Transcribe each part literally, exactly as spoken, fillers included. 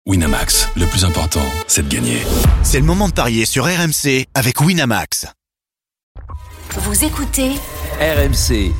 Winamax, le plus important, c'est de gagner. C'est le moment de parier sur R M C avec Winamax. Vous écoutez R M C.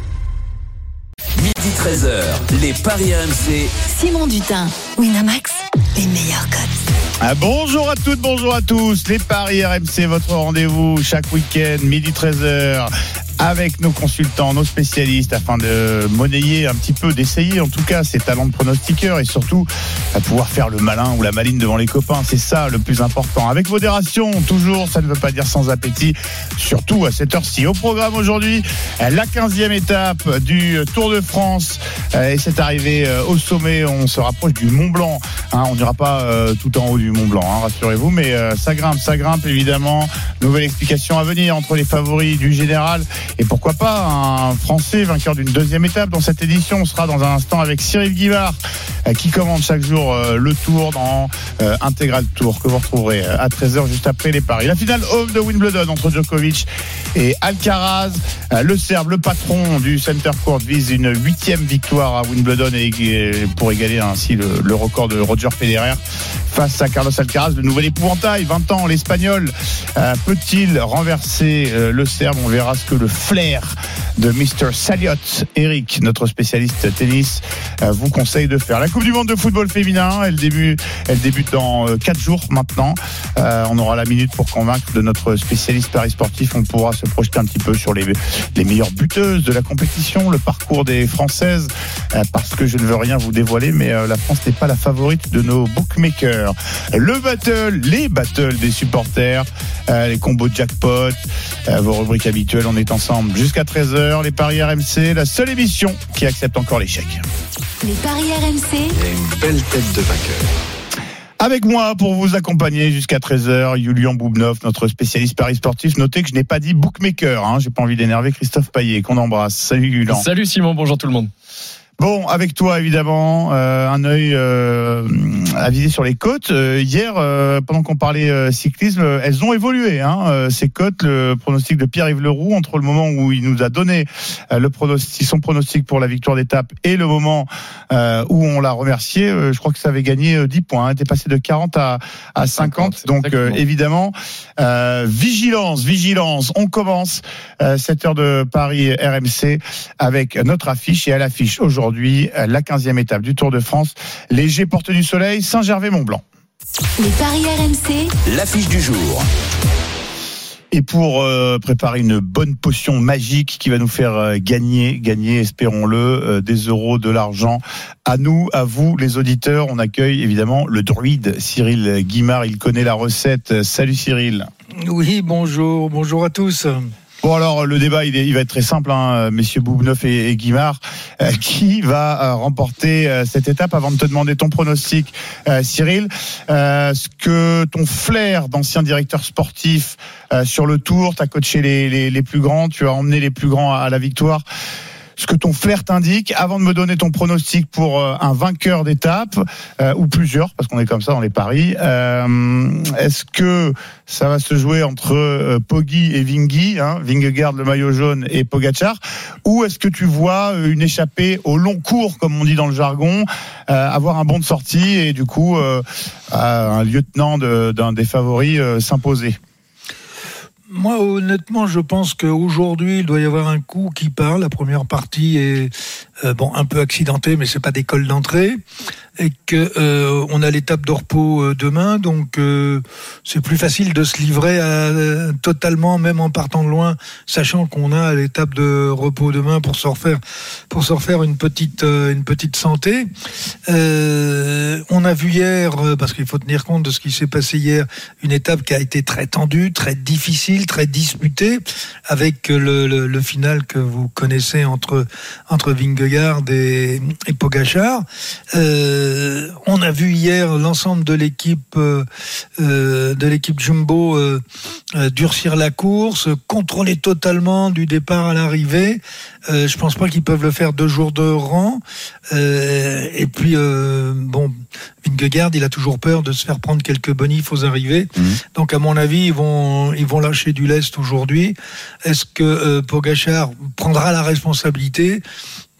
Midi treize heures, les paris R M C. Simon Dutin, Winamax, les meilleurs codes. Ah, bonjour à toutes, bonjour à tous. Les paris R M C, votre rendez-vous chaque week-end, midi treize heures. Avec nos consultants, nos spécialistes, afin de monnayer un petit peu, d'essayer en tout cas ces talents de pronostiqueurs et surtout à pouvoir faire le malin ou la maline devant les copains. C'est ça le plus important. Avec modération, toujours, ça ne veut pas dire sans appétit, surtout à cette heure-ci. Au programme aujourd'hui, la quinzième étape du Tour de France et c'est arrivé au sommet. On se rapproche du Mont Blanc. Hein, on n'ira pas euh, tout en haut du Mont Blanc, hein, rassurez-vous, mais euh, ça grimpe, ça grimpe évidemment. Nouvelle explication à venir entre les favoris du général. Et pourquoi pas un Français vainqueur d'une deuxième étape dans cette édition. On sera dans un instant avec Cyril Guimard qui commande chaque jour le Tour dans euh, Intégral Tour que vous retrouverez à treize heures juste après les paris. La finale home de Wimbledon entre Djokovic et Alcaraz. Le Serbe, le patron du Center Court, vise une huitième victoire à Wimbledon et pour égaler ainsi le, le record de Roger Federer face à Carlos Alcaraz. Le nouvel épouvantail, vingt ans, l'Espagnol euh, peut-il renverser euh, le Serbe? On verra ce que le flair de mister Saliot, Eric, notre spécialiste tennis, euh, vous conseille de faire. La Coupe du Monde de football féminin, elle débute, elle débute dans euh, quatre jours maintenant. Euh, on aura la minute pour convaincre de notre spécialiste paris sportif. On pourra se projeter un petit peu sur les, les meilleures buteuses de la compétition, le parcours des Françaises, euh, parce que je ne veux rien vous dévoiler, mais euh, la France n'est pas la favorite de nos bookmakers. Le battle, les battles des supporters, euh, les combos de jackpot, euh, vos rubriques habituelles. On est ensemble jusqu'à treize heures. Les paris R M C, la seule émission qui accepte encore l'échec. Les paris R M C. Il y a une belle tête de vainqueur. Avec moi pour vous accompagner jusqu'à treize heures, Julian Boubnov, notre spécialiste paris sportif. Notez que je n'ai pas dit bookmaker, hein. J'ai pas envie d'énerver Christophe Payet, qu'on embrasse. Salut Julian. Salut Simon, bonjour tout le monde. Bon, avec toi évidemment, euh, un œil euh, avisé sur les cotes. Euh, hier, euh, pendant qu'on parlait euh, cyclisme, euh, elles ont évolué. Hein, euh, ces cotes, le pronostic de Pierre-Yves Leroux, entre le moment où il nous a donné euh, le pronostic, son pronostic pour la victoire d'étape et le moment euh, où on l'a remercié, euh, je crois que ça avait gagné euh, dix points. Hein, était passé de quarante à, à cinquante. cinquante donc euh, évidemment, euh, vigilance, vigilance. On commence euh, cette heure de Paris R M C avec notre affiche et à l'affiche aujourd'hui. Aujourd'hui, la quinzième étape du Tour de France, léger porte du soleil, Saint-Gervais-Mont-Blanc. Les paris R M C, l'affiche du jour. Et pour euh, préparer une bonne potion magique qui va nous faire euh, gagner, gagner, espérons-le, euh, des euros, de l'argent, à nous, à vous, les auditeurs, on accueille évidemment le druide Cyril Guimard. Il connaît la recette. Salut Cyril. Oui, bonjour, bonjour à tous. Bon alors le débat il, est, il va être très simple, hein, messieurs Boubnov et, et Guimard. Euh, qui va euh, remporter euh, cette étape? Avant de te demander ton pronostic, euh, Cyril, euh, ce que ton flair d'ancien directeur sportif euh, sur le Tour, tu as coaché les, les, les plus grands, tu as emmené les plus grands à, à la victoire. Ce que ton flair t'indique, avant de me donner ton pronostic pour euh, un vainqueur d'étape, euh, ou plusieurs, parce qu'on est comme ça dans les paris, euh, est-ce que ça va se jouer entre euh, Poggi et Vingy, hein, Vingegaard le maillot jaune et Pogacar, ou est-ce que tu vois une échappée au long cours, comme on dit dans le jargon, euh, avoir un bon de sortie et du coup euh, un lieutenant de, d'un des favoris euh, s'imposer? Moi, honnêtement, je pense qu'aujourd'hui, il doit y avoir un coup qui part. La première partie est euh, bon un peu accidentée, mais c'est pas des cols d'entrée. Et que euh, on a l'étape de repos euh, demain, donc euh, c'est plus facile de se livrer à, euh, totalement, même en partant de loin, sachant qu'on a l'étape de repos demain pour se refaire, pour se refaire une petite, euh, une petite santé. Euh, on a vu hier, euh, parce qu'il faut tenir compte de ce qui s'est passé hier, une étape qui a été très tendue, très difficile, très disputée, avec le, le, le final que vous connaissez entre entre Vingegaard et, et Pogacar. Euh, Euh, on a vu hier l'ensemble de l'équipe euh, euh, de l'équipe Jumbo euh, euh, durcir la course, contrôler totalement du départ à l'arrivée. Euh, je pense pas qu'ils peuvent le faire deux jours de rang. Euh, et puis euh, bon, Vingegaard, il a toujours peur de se faire prendre quelques bonifs aux arrivées. Mmh. Donc à mon avis, ils vont ils vont lâcher du lest aujourd'hui. Est-ce que euh, Pogacar prendra la responsabilité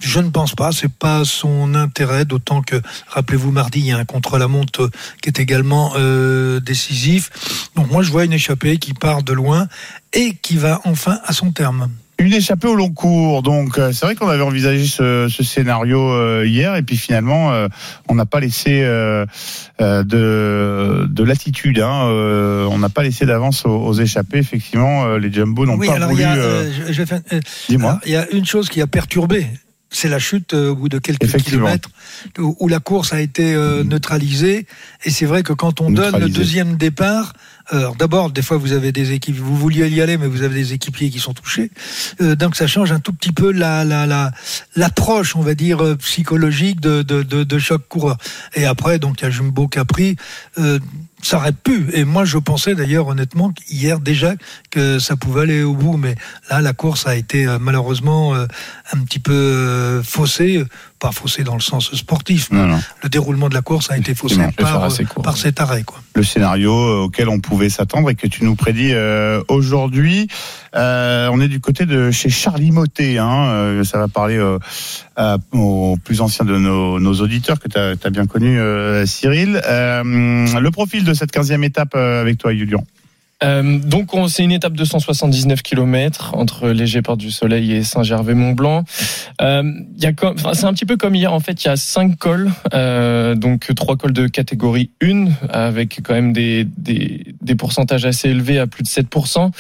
Je ne pense pas, c'est pas son intérêt, d'autant que, rappelez-vous, mardi, il y a un contre-la-montre qui est également euh, décisif. Donc moi, je vois une échappée qui part de loin et qui va enfin à son terme. Une échappée au long cours, donc euh, c'est vrai qu'on avait envisagé ce, ce scénario euh, hier, et puis finalement, euh, on n'a pas laissé euh, euh, de, de latitude, hein, euh, on n'a pas laissé d'avance aux, aux échappées, effectivement, euh, les Jumbo n'ont oui, pas alors voulu... il y a, euh... euh, je, je fais, euh, Dis-moi. Il y a une chose qui a perturbé, c'est la chute euh, au bout de quelques kilomètres où, où la course a été euh, neutralisée. Et c'est vrai que quand on donne le deuxième départ, alors d'abord, des fois vous avez des équipes, vous vouliez y aller, mais vous avez des équipiers qui sont touchés. Euh, donc ça change un tout petit peu la, la, la, l'approche, on va dire, euh, psychologique de, de, de, de chaque coureur. Et après, donc il y a Jumbo qui a pris. Euh, ça aurait pu, et moi je pensais d'ailleurs honnêtement hier déjà que ça pouvait aller au bout, mais là la course a été euh, malheureusement euh, un petit peu euh, faussée, pas faussée dans le sens sportif, mais non, non. Le déroulement de la course a été faussé par, euh, par cet arrêt, quoi. Le scénario auquel on pouvait s'attendre et que tu nous prédis euh, aujourd'hui, euh, on est du côté de chez Charlie Mottet, hein, euh, ça va parler euh, à, aux plus anciens de nos, nos auditeurs que tu as bien connu, euh, Cyril. Euh, le profil de cette quinzième étape euh, avec toi, Julien. Euh, donc on, c'est une étape de cent soixante-dix-neuf kilomètres entre Léger, Porte du Soleil et Saint-Gervais-Mont-Blanc. Euh, y a comme, enfin, c'est un petit peu comme hier, en fait il y a cinq cols, euh, donc trois cols de catégorie un avec quand même des, des, des pourcentages assez élevés à plus de sept pour cent.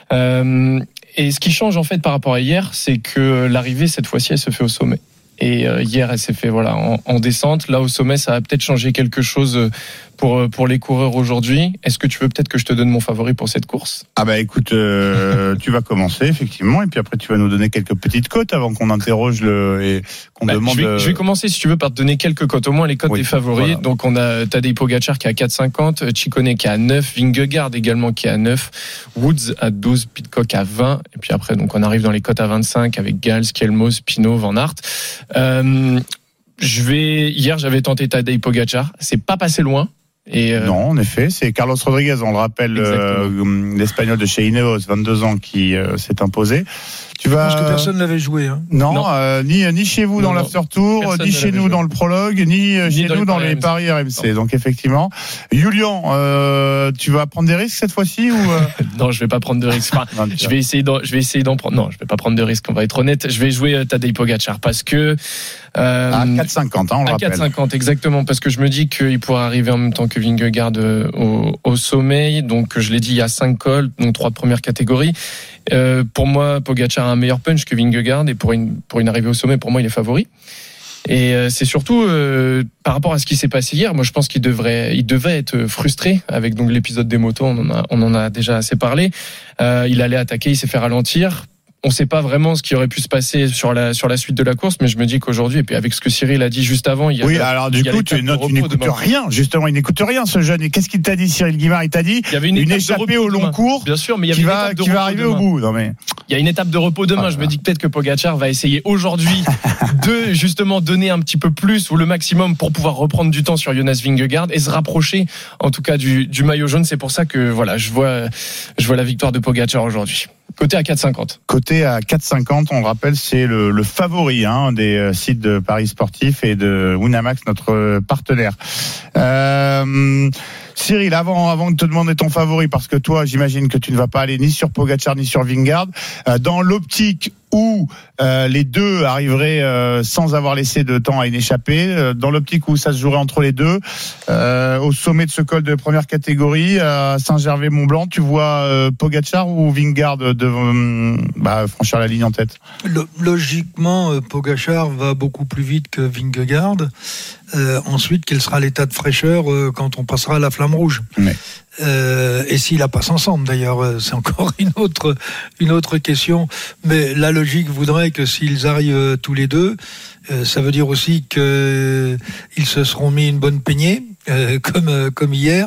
Euh, et ce qui change en fait par rapport à hier, c'est que l'arrivée cette fois-ci elle se fait au sommet. Et euh, hier, elle s'est fait voilà en, en descente. Là, au sommet, ça va peut-être changer quelque chose pour pour les coureurs aujourd'hui. Est-ce que tu veux peut-être que je te donne mon favori pour cette course ? Ah bah écoute, euh, tu vas commencer effectivement, et puis après tu vas nous donner quelques petites cotes avant qu'on interroge le et qu'on bah, demande. Je vais, je vais commencer si tu veux par te donner quelques cotes, au moins les cotes oui, des favoris. Voilà. Donc on a Tadej Pogacar qui est à quatre virgule cinquante, Ciccone qui est à neuf, Vingegaard également qui est à neuf, Woods à douze, Pidcock à vingt, et puis après donc on arrive dans les cotes à vingt-cinq avec Gals, Kelmos, Pinot, Van Aert. Euh, je vais hier j'avais tenté Tadej Pogacar, c'est pas passé loin. Et euh... Non, en effet, c'est Carlos Rodriguez, on le rappelle, euh, l'Espagnol de chez Ineos, vingt-deux ans, qui euh, s'est imposé. Tu vas... Je pense que personne ne l'avait joué. Hein. Non, non. Euh, ni, ni chez vous non, dans l'after-tour, ni chez nous joué. Dans le prologue, ni, ni chez dans nous dans les paris R M C. Non. Donc effectivement, Julien, euh, tu vas prendre des risques cette fois-ci ou euh... Non, je vais pas prendre de risques. Enfin, non, je vais essayer d'en, je vais essayer d'en prendre. Non, je vais pas prendre de risques. On va être honnête. Je vais jouer Tadej Pogacar parce que euh, à quatre virgule cinquante, hein, on le rappelle. À quatre virgule cinquante, exactement, parce que je me dis qu'il pourra arriver en même temps que Vingegaard au, au sommet. Donc je l'ai dit, il y a cinq cols, donc trois de première catégorie. Euh, pour moi, Pogacar a un meilleur punch que Vingegaard, et pour une pour une arrivée au sommet, pour moi, il est favori. Et euh, c'est surtout euh, par rapport à ce qui s'est passé hier. Moi, je pense qu'il devrait, il devait être frustré avec donc l'épisode des motos. On en a, on en a déjà assez parlé. Euh, il allait attaquer, il s'est fait ralentir. On ne sait pas vraiment ce qui aurait pu se passer sur la sur la suite de la course, mais je me dis qu'aujourd'hui, et puis avec ce que Cyril a dit juste avant, il y a oui, alors du coup, tu, notes, tu n'écoutes rien. Justement, il n'écoute rien, ce jeune. Et qu'est-ce qu'il t'a dit, Cyril Guimard ? Il t'a dit il y avait une, une échappée au long demain. cours, bien sûr, mais il y avait qui une va étape de qui va arriver demain. Au bout. Non mais il y a une étape de repos demain. Ah, je me dis que peut-être que Pogacar va essayer aujourd'hui de justement donner un petit peu plus ou le maximum pour pouvoir reprendre du temps sur Jonas Vingegaard et se rapprocher, en tout cas, du, du maillot jaune. C'est pour ça que voilà, je vois je vois la victoire de Pogacar aujourd'hui. Côté à quatre virgule cinquante. Côté à quatre virgule cinquante, on le rappelle, c'est le, le favori hein, des euh, sites de Paris Sportif et de Winamax, notre partenaire. Euh, Cyril, avant, avant de te demander ton favori, parce que toi, j'imagine que tu ne vas pas aller ni sur Pogacar ni sur Vingegaard, euh, dans l'optique où euh, les deux arriveraient euh, sans avoir laissé de temps à une échappée, euh, dans l'optique où ça se jouerait entre les deux, euh, au sommet de ce col de première catégorie, à Saint-Gervais-Mont-Blanc, tu vois euh, Pogacar ou Vingegaard de, euh, bah, franchir la ligne en tête ? Logiquement, euh, Pogacar va beaucoup plus vite que Vingegaard. Euh, ensuite, quel sera l'état de fraîcheur euh, quand on passera à la flamme rouge ? Mais... Euh, et s'ils la passent ensemble d'ailleurs, c'est encore une autre une autre question. Mais la logique voudrait que s'ils arrivent tous les deux, euh, ça veut dire aussi que ils se seront mis une bonne peignée, euh, comme euh, comme hier.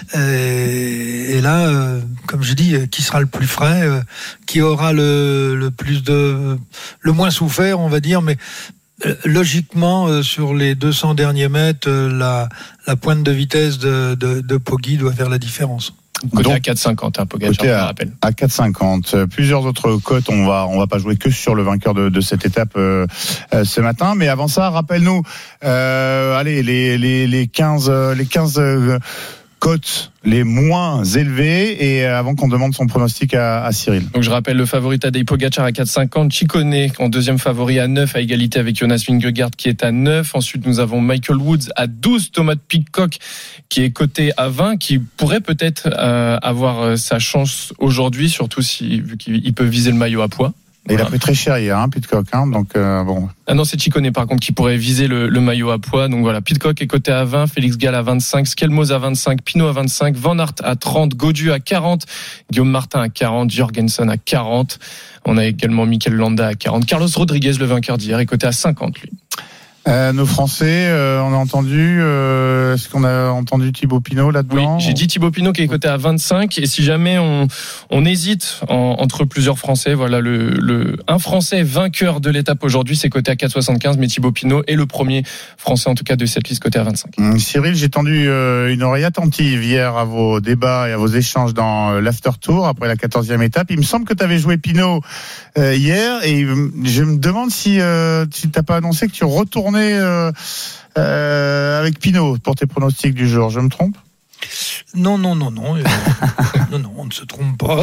Euh, et là, euh, comme je dis, qui sera le plus frais, euh, qui aura le le plus de le moins souffert, on va dire, mais logiquement, euh, sur les deux cents derniers mètres, euh, la, la pointe de vitesse de, de, de Poggi doit faire la différence. Côté Donc, à quatre cinquante, hein, Pogacar, côté je à, le rappelle. à quatre cinquante. Plusieurs autres cotes. On va, on va pas jouer que sur le vainqueur de, de cette étape euh, euh, ce matin. Mais avant ça, rappelle-nous, euh, allez, les, les, les quinze, les quinze euh, cotes les moins élevées, et avant qu'on demande son pronostic à, à Cyril. Donc je rappelle le favori Tadej Pogacar à quatre cinquante, Ciccone en deuxième favori à neuf, à égalité avec Jonas Vingegaard qui est à neuf. Ensuite nous avons Michael Woods à douze, Thomas Pidcock qui est coté à vingt, qui pourrait peut-être euh, avoir sa chance aujourd'hui, surtout si vu qu'il peut viser le maillot à poids. Et Voilà. il a pris très cher hier, hein, Pidcock. Hein, donc euh, bon. Ah non, c'est Ciccone par contre qui pourrait viser le, le maillot à poids. Donc voilà, Pidcock est coté à vingt, Félix Gall à vingt-cinq, Skelmos à vingt-cinq, Pinot à vingt-cinq, Van Aert à trente, Gaudu à quarante, Guillaume Martin à quarante, Jorgensen à quarante. On a également Mikel Landa à quarante. Carlos Rodriguez, le vainqueur d'hier, est coté à cinquante lui. Euh, nos Français, euh, on a entendu. Euh, est-ce qu'on a entendu Thibaut Pinot Oui, là-dedans? j'ai dit Thibaut Pinot qui est coté à vingt-cinq, et si jamais on, on hésite en, entre plusieurs Français, voilà, le, le, un Français vainqueur de l'étape aujourd'hui, c'est coté à quatre soixante-quinze, mais Thibaut Pinot est le premier Français en tout cas de cette liste coté à vingt-cinq. Hum, Cyril, j'ai tendu euh, une oreille attentive hier à vos débats et à vos échanges dans euh, l'after tour après la quatorzième étape. Il me semble que tu avais joué Pinot euh, hier, et euh, je me demande si euh, tu t'as pas annoncé que tu retournais euh, euh, avec Pinot pour tes pronostics du jour. Je me trompe? Non, non, non, non. Euh, non, non, on ne se trompe pas.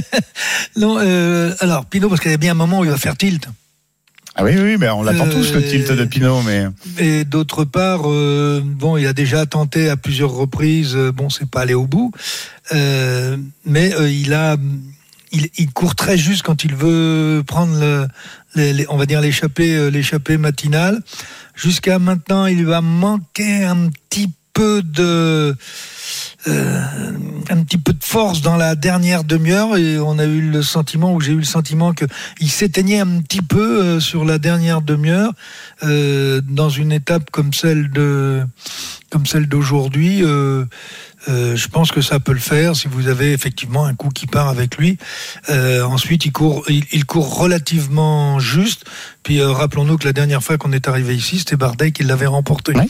non, euh, alors, Pinot, parce qu'il y a bien un moment où il va faire tilt. Ah oui, oui, mais on l'attend Euh, tous, le tilt de Pinot, mais... Et d'autre part, euh, bon, il a déjà tenté à plusieurs reprises, euh, bon, c'est pas allé au bout, euh, mais euh, il a... Il, il court très juste quand il veut prendre, le, les, les, on va dire, l'échappée, l'échappée matinale. Jusqu'à maintenant, il va manquer un petit peu de... Euh, un petit peu de force dans la dernière demi-heure, et on a eu le sentiment, ou j'ai eu le sentiment que il s'éteignait un petit peu euh, sur la dernière demi-heure euh, dans une étape comme celle de comme celle d'aujourd'hui. Euh, euh, je pense que ça peut le faire si vous avez effectivement un coup qui part avec lui. Euh, ensuite, il court, il, il court relativement juste. Puis euh, rappelons-nous que la dernière fois qu'on est arrivé ici, c'était Bardet qui l'avait remporté. Ouais.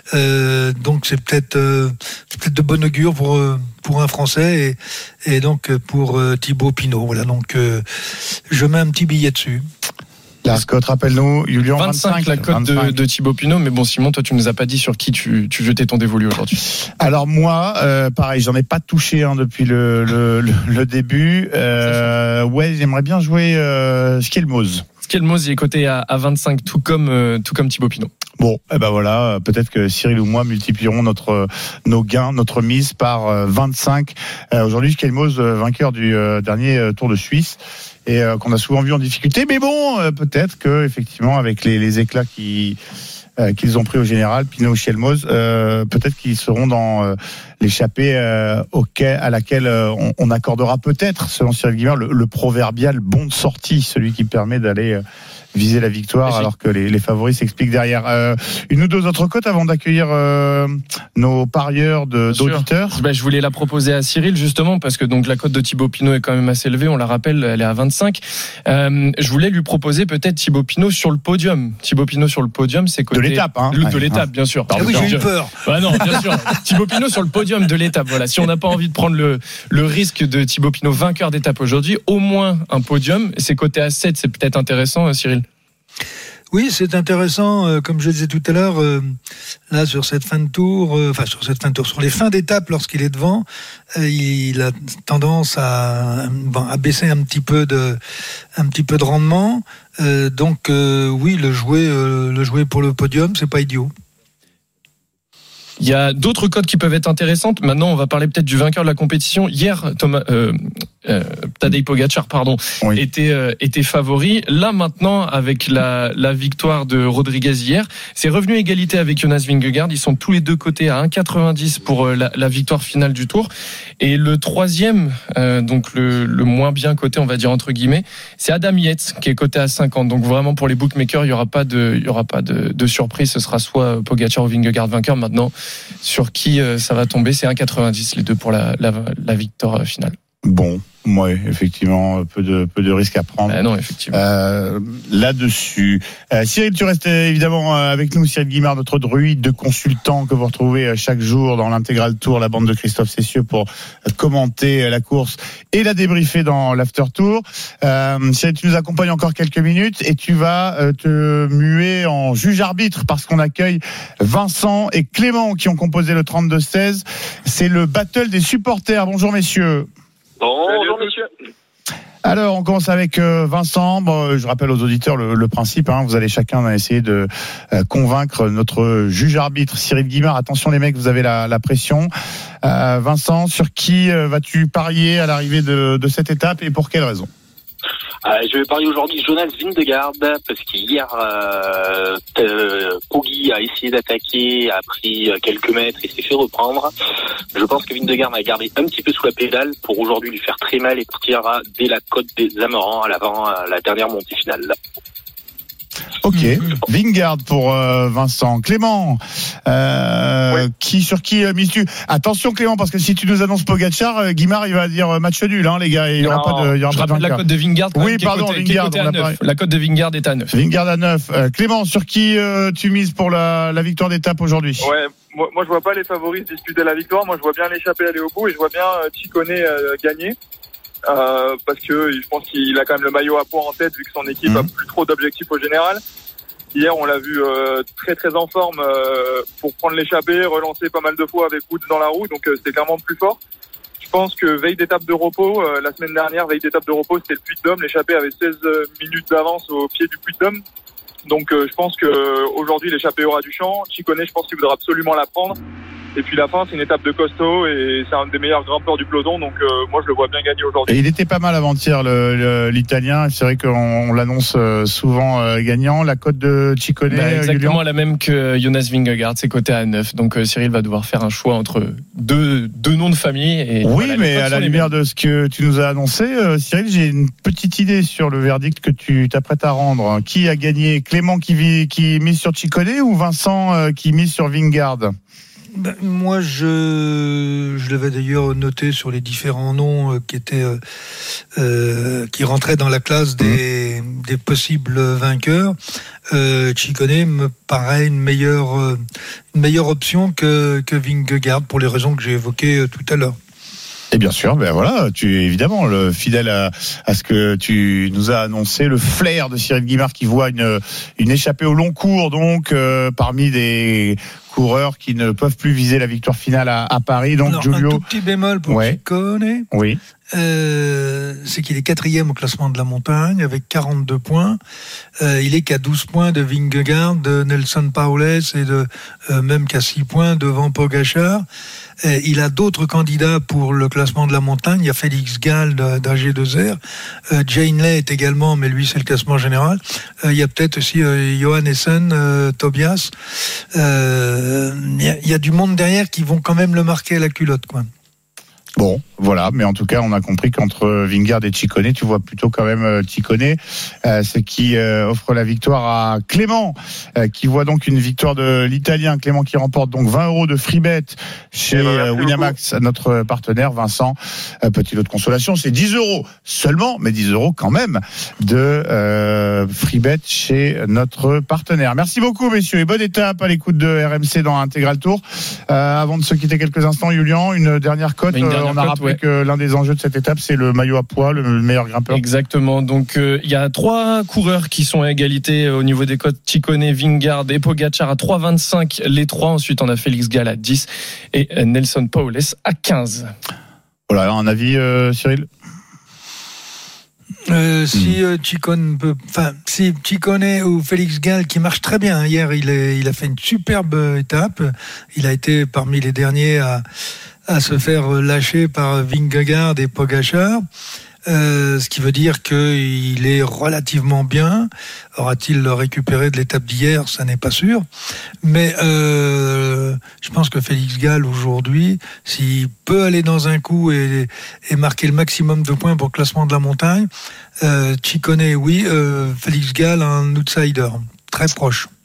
Euh, donc c'est peut-être euh, c'est peut-être de bon augure pour euh, pour un Français, et, et donc pour euh, Thibaut Pinot. Voilà, donc euh, je mets un petit billet dessus. La cote, rappelle-nous, Julien, vingt-cinq, vingt-cinq, la cote de, vingt-cinq. de Thibaut Pinot, mais bon, Simon, toi tu nous as pas dit sur qui tu, tu jetais ton dévolu aujourd'hui. Alors moi, euh, pareil, j'en ai pas touché hein, depuis le, le, le, le début. Euh, ouais, j'aimerais bien jouer euh, Skelmos. Skelmos il est coté à, à vingt-cinq, tout comme, euh, tout comme Thibaut Pinot. Bon, eh ben voilà, peut-être que Cyril ou moi multiplierons notre nos gains, notre mise par euh, vingt-cinq. Euh, aujourd'hui, Skelmos, euh, vainqueur du euh, dernier euh, Tour de Suisse, et euh, qu'on a souvent vu en difficulté. Mais bon, euh, peut-être que effectivement, avec les, les éclats qui euh, qu'ils ont pris au général, Pinot, Skelmos, euh, peut-être qu'ils seront dans euh, l'échappée euh, auquel, à laquelle euh, on, on accordera peut-être, selon Cyril Guimard, le, le proverbial bon de sortie, celui qui permet d'aller euh, viser la victoire, alors que les, les favoris s'expliquent derrière. Euh, une ou deux autres cotes avant d'accueillir euh, nos parieurs de, d'auditeurs. Ben, je voulais la proposer à Cyril justement parce que donc la cote de Thibaut Pinot est quand même assez élevée, on la rappelle, elle est à vingt-cinq. Euh, je voulais lui proposer peut-être Thibaut Pinot sur le podium. Thibaut Pinot sur le podium, c'est côté de l'étape, hein. Le, Ouais, de l'étape, hein. bien sûr. Ah oui, j'ai eu peur. Bah non, bien sûr. Thibaut Pinot sur le podium de l'étape. Voilà. Si on n'a pas envie de prendre le, le risque de Thibaut Pinot vainqueur d'étape aujourd'hui, au moins un podium. C'est coté à sept, c'est peut-être intéressant, Cyril. Oui, c'est intéressant, euh, comme je disais tout à l'heure, euh, là sur cette fin de tour, euh, enfin sur cette fin de tour, sur les fins d'étape, lorsqu'il est devant, euh, il a tendance à, bon, à baisser un petit peu de, un petit peu de rendement. Euh, donc euh, oui, le jouer, euh, le jouer pour le podium, c'est pas idiot. Il y a d'autres cotes qui peuvent être intéressantes. Maintenant, on va parler peut-être du vainqueur de la compétition. Hier, Thomas, euh, euh, Tadej Pogacar, pardon, Oui. était euh, était favori. Là, maintenant, avec la la victoire de Rodriguez hier, c'est revenu à égalité avec Jonas Vingegaard. Ils sont tous les deux cotés à un virgule quatre-vingt-dix pour euh, la, la victoire finale du Tour. Et le troisième, euh, donc le le moins bien coté, on va dire entre guillemets, c'est Adam Yates qui est coté à cinquante. Donc vraiment pour les bookmakers, il y aura pas de il y aura pas de, de surprise. Ce sera soit Pogacar ou Vingegaard vainqueur. Maintenant, sur qui euh, ça va tomber, c'est un virgule quatre-vingt-dix les deux pour la, la, la victoire finale. Bon, ouais, effectivement, peu de peu de risques à prendre. Ah non, effectivement. Euh, là-dessus. Euh, Cyril, tu restes évidemment avec nous, Cyril Guimard, notre druide de consultant que vous retrouvez chaque jour dans l'intégral tour, la bande de Christophe Cessieux pour commenter la course et la débriefer dans l'after tour. Euh, Cyril, tu nous accompagnes encore quelques minutes et tu vas te muer en juge arbitre parce qu'on accueille Vincent et Clément qui ont composé le trente-deux seize. C'est le battle des supporters. Bonjour messieurs. Bonjour messieurs. Alors, on commence avec euh, Vincent. Bon, je rappelle aux auditeurs le, le principe. Hein, vous allez chacun essayer de euh, convaincre notre juge-arbitre Cyril Guimard. Attention les mecs, vous avez la, la pression. Euh, Vincent, sur qui euh, vas-tu parier à l'arrivée de, de cette étape et pour quelle raison ? Euh, je vais parier aujourd'hui Jonas Vingegaard parce qu'hier euh, euh, Poggi a essayé d'attaquer, a pris quelques mètres et s'est fait reprendre. Je pense que Vingegaard a gardé un petit peu sous la pédale pour aujourd'hui lui faire très mal et partira dès la côte des Amarants à l'avant, à la dernière montée finale. Ok, Vingegaard pour euh, Vincent. Clément, euh, oui. qui sur qui euh, mises-tu ? Attention Clément, parce que si tu nous annonces Pogacar, euh, Guimard il va dire euh, match nul, hein, les gars. Il y aura pas de. Il y aura je pas rappelle de la cote de Vingegaard. Oui, pardon, côté, Vingegaard. À neuf. La cote de Vingegaard est à neuf. Vingegaard à neuf. Euh, Clément, sur qui euh, tu mises pour la, la victoire d'étape aujourd'hui ? Ouais, moi, moi je vois pas les favoris disputer la victoire. Moi je vois bien l'échapper aller au bout et je vois bien euh, Ciccone euh, gagner. Euh, parce que je pense qu'il a quand même le maillot à poids en tête vu que son équipe mmh. a plus trop d'objectifs au général. Hier, on l'a vu euh, très très en forme euh, pour prendre l'échappée, relancer pas mal de fois avec Woods dans la roue, donc euh, c'était clairement plus fort. Je pense que veille d'étape de repos, euh, la semaine dernière, veille d'étape de repos, c'était le Puy-de-Dôme. L'échappée avait seize minutes d'avance au pied du Puy-de-Dôme. Donc euh, je pense que euh, aujourd'hui l'échappée aura du champ. Ciccone, je pense qu'il voudra absolument la prendre. Et puis la fin, c'est une étape de costaud et c'est un des meilleurs grimpeurs du peloton. Donc euh, moi, je le vois bien gagner aujourd'hui. Et il était pas mal avant-hier, le, le, l'Italien. C'est vrai qu'on on l'annonce souvent euh, gagnant. La cote de Ciccone, bah, exactement Julien. La même que Jonas Vingegaard. C'est coté à neuf. Donc euh, Cyril va devoir faire un choix entre deux, deux noms de famille. Et oui, voilà, mais à la lumière mêmes. de ce que tu nous as annoncé, euh, Cyril, j'ai une petite idée sur le verdict que tu t'apprêtes à rendre. Qui a gagné ? Clément qui, vit, qui mise sur Ciccone ou Vincent euh, qui mise sur Vingegaard ? Ben, moi, je, je l'avais d'ailleurs noté sur les différents noms euh, qui étaient, euh, euh, qui rentraient dans la classe des, mmh. des possibles vainqueurs. Euh, Ciccone me paraît une meilleure, euh, une meilleure option que, que Vingegaard pour les raisons que j'ai évoquées euh, tout à l'heure. Et bien sûr, ben voilà, tu es évidemment le fidèle à, à ce que tu nous as annoncé, le flair de Cyril Guimard qui voit une, une échappée au long cours, donc euh, parmi des coureurs qui ne peuvent plus viser la victoire finale à, à Paris. Donc Alors, Giulio, un tout petit bémol pour ouais. Ciccone. Oui. Euh, c'est qu'il est quatrième au classement de la montagne avec quarante-deux points. Euh, il est qu'à douze points de Vingegaard, de Nelson Paoles et de euh, même qu'à six points devant Pogacar. Euh, il a d'autres candidats pour le classement de la montagne. Il y a Félix Gall d'A G deux R. Euh, Jane Lay est également, mais lui c'est le classement général. Euh, il y a peut-être aussi euh, Johan Essen, euh, Tobias. Euh, il, y a, il y a du monde derrière qui vont quand même le marquer à la culotte, quoi. Bon, voilà, mais en tout cas, on a compris qu'entre Vingegaard et Ciccone, tu vois plutôt quand même Ciccone, euh, ce qui euh, offre la victoire à Clément, euh, qui voit donc une victoire de l'Italien. Clément qui remporte donc vingt euros de free bet chez euh, Winamax, notre partenaire. Vincent, euh, petit lot de consolation, c'est dix euros seulement, mais dix euros quand même de euh, free bet chez notre partenaire. Merci beaucoup, messieurs, et bonne étape à l'écoute de R M C dans Intégral Tour. Euh, avant de se quitter quelques instants, Julien, une dernière cote. On a rappelé ouais. que l'un des enjeux de cette étape, c'est le maillot à poids, le meilleur grimpeur. Exactement. Donc, il euh, y a trois coureurs qui sont à égalité au niveau des cotes. Ciccone, Vingegaard et Pogacar à trois virgule vingt-cinq les trois. Ensuite, on a Félix Gall à dix et Nelson Paoles à quinze. Voilà, un avis, euh, Cyril ? Euh, si euh, Ciccone peut, enfin, si Ciccone ou Félix Gall qui marche très bien. Hier, il, est, il a fait une superbe étape. Il a été parmi les derniers à à se faire lâcher par Vingegaard et Pogacar, euh, ce qui veut dire qu'il est relativement bien. Aura-t-il récupéré de l'étape d'hier ? Ça n'est pas sûr. Mais euh, je pense que Félix Gall, aujourd'hui, s'il peut aller dans un coup et, et marquer le maximum de points pour le classement de la montagne, euh, Ciccone, oui, euh, Félix Gall, un outsider, très proche.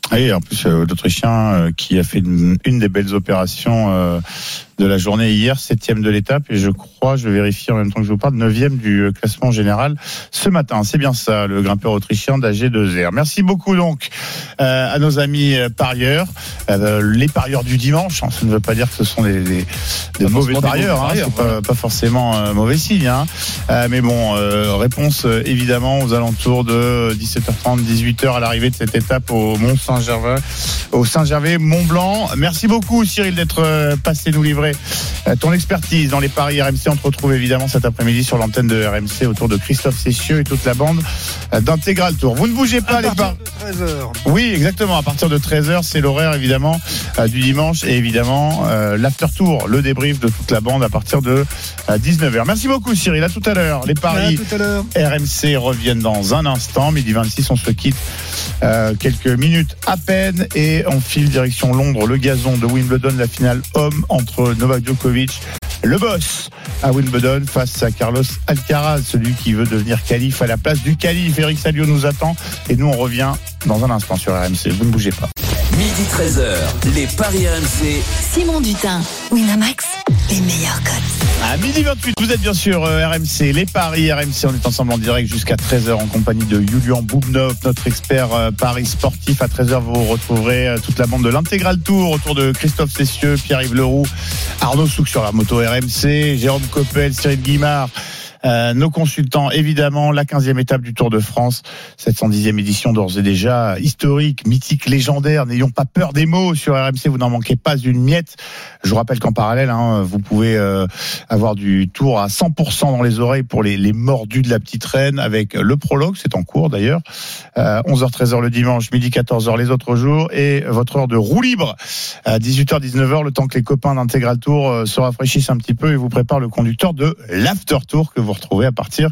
Et en plus, euh, l'Autrichien euh, qui a fait une, une des belles opérations euh, de la journée hier, septième de l'étape, et je crois, je vérifie en même temps que je vous parle, neuvième du classement général ce matin. C'est bien ça, le grimpeur autrichien d'A G deux R. Merci beaucoup donc euh, à nos amis parieurs, euh, les parieurs du dimanche. Hein, ça ne veut pas dire que ce sont des, des, des mauvais parieurs, hein, c'est pas, pas forcément euh, mauvais signe. Hein. Euh, mais bon, euh, réponse euh, évidemment aux alentours de dix-sept heures trente, dix-huit heures à l'arrivée de cette étape au Mont Saint-Gervais, au Saint-Gervais Mont-Blanc. Merci beaucoup Cyril d'être euh, passé nous livrer ton expertise dans les paris R M C. On te retrouve évidemment cet après-midi sur l'antenne de R M C autour de Christophe Cessieux et toute la bande d'Intégral Tour. Vous ne bougez pas, les paris. treize heures. Oui, exactement. À partir de treize heures, c'est l'horaire évidemment euh, du dimanche et évidemment euh, l'after tour, le débrief de toute la bande à partir de euh, dix-neuf heures. Merci beaucoup Cyril. À tout à l'heure. Les paris à tout à l'heure. R M C reviennent dans un instant. Midi vingt-six, on se quitte euh, quelques minutes à peine et on file direction Londres, le gazon de Wimbledon, la finale homme entre Novak Djokovic, le boss à Wimbledon, face à Carlos Alcaraz, celui qui veut devenir calife à la place du calife. Eric Salio nous attend et nous on revient dans un instant sur R M C. Vous ne bougez pas. Midi treize heures, les paris R M C. Simon Dutin, Winamax, les meilleurs codes. À midi vingt-huit, vous êtes bien sûr R M C, les paris R M C. On est ensemble en direct jusqu'à treize heures en compagnie de Julian Boubnov, notre expert paris sportif. À treize heures, vous retrouverez toute la bande de l'Intégral Tour autour de Christophe Cessieux, Pierre-Yves Leroux, Arnaud Souk sur la moto R M C, Jérôme Coppel, Cyril Guimard. Euh, nos consultants, évidemment, la quinzième étape du Tour de France, sept cent dixième édition d'ores et déjà historique, mythique, légendaire. N'ayons pas peur des mots sur R M C, vous n'en manquez pas une miette. Je vous rappelle qu'en parallèle, hein, vous pouvez euh, avoir du Tour à cent pour cent dans les oreilles pour les, les mordus de la petite reine avec le prologue, c'est en cours d'ailleurs, euh, onze heures treize heures le dimanche, midi quatorze heures les autres jours, et votre heure de roue libre à dix-huit heures dix-neuf heures, le temps que les copains d'Intégral Tour euh, se rafraîchissent un petit peu et vous préparent le conducteur de l'After Tour que vous retrouvez à partir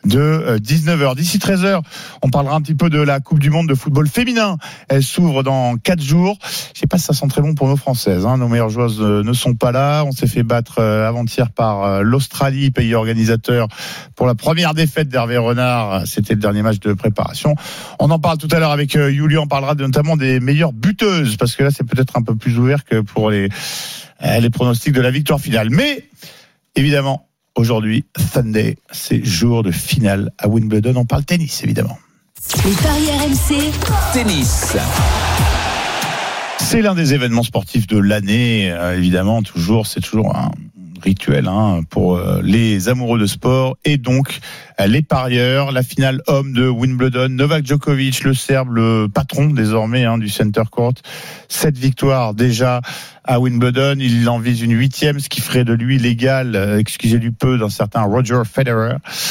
de dix-neuf heures. D'ici treize heures, on parlera un petit peu de la Coupe du Monde de football féminin. Elle s'ouvre dans quatre jours. Je sais pas si ça sent très bon pour nos Françaises. Hein. Nos meilleures joueuses ne sont pas là. On s'est fait battre avant-hier par l'Australie, pays organisateur, pour la première défaite d'Hervé Renard. C'était le dernier match de préparation. On en parle tout à l'heure avec Julian. On parlera notamment des meilleures buteuses, parce que là, c'est peut-être un peu plus ouvert que pour les, les pronostics de la victoire finale. Mais, évidemment, aujourd'hui, Sunday, c'est jour de finale à Wimbledon. On parle tennis, évidemment. Les paris R M C. Tennis. C'est l'un des événements sportifs de l'année, euh, évidemment. Toujours, c'est toujours un rituel hein, pour euh, les amoureux de sport et donc euh, les parieurs. La finale homme de Wimbledon, Novak Djokovic, le Serbe, le patron désormais hein, du Center Court. Sept victoires déjà à Wimbledon. Il en vise une huitième, ce qui ferait de lui l'égal, euh, excusez du peu, d'un certain Roger Federer,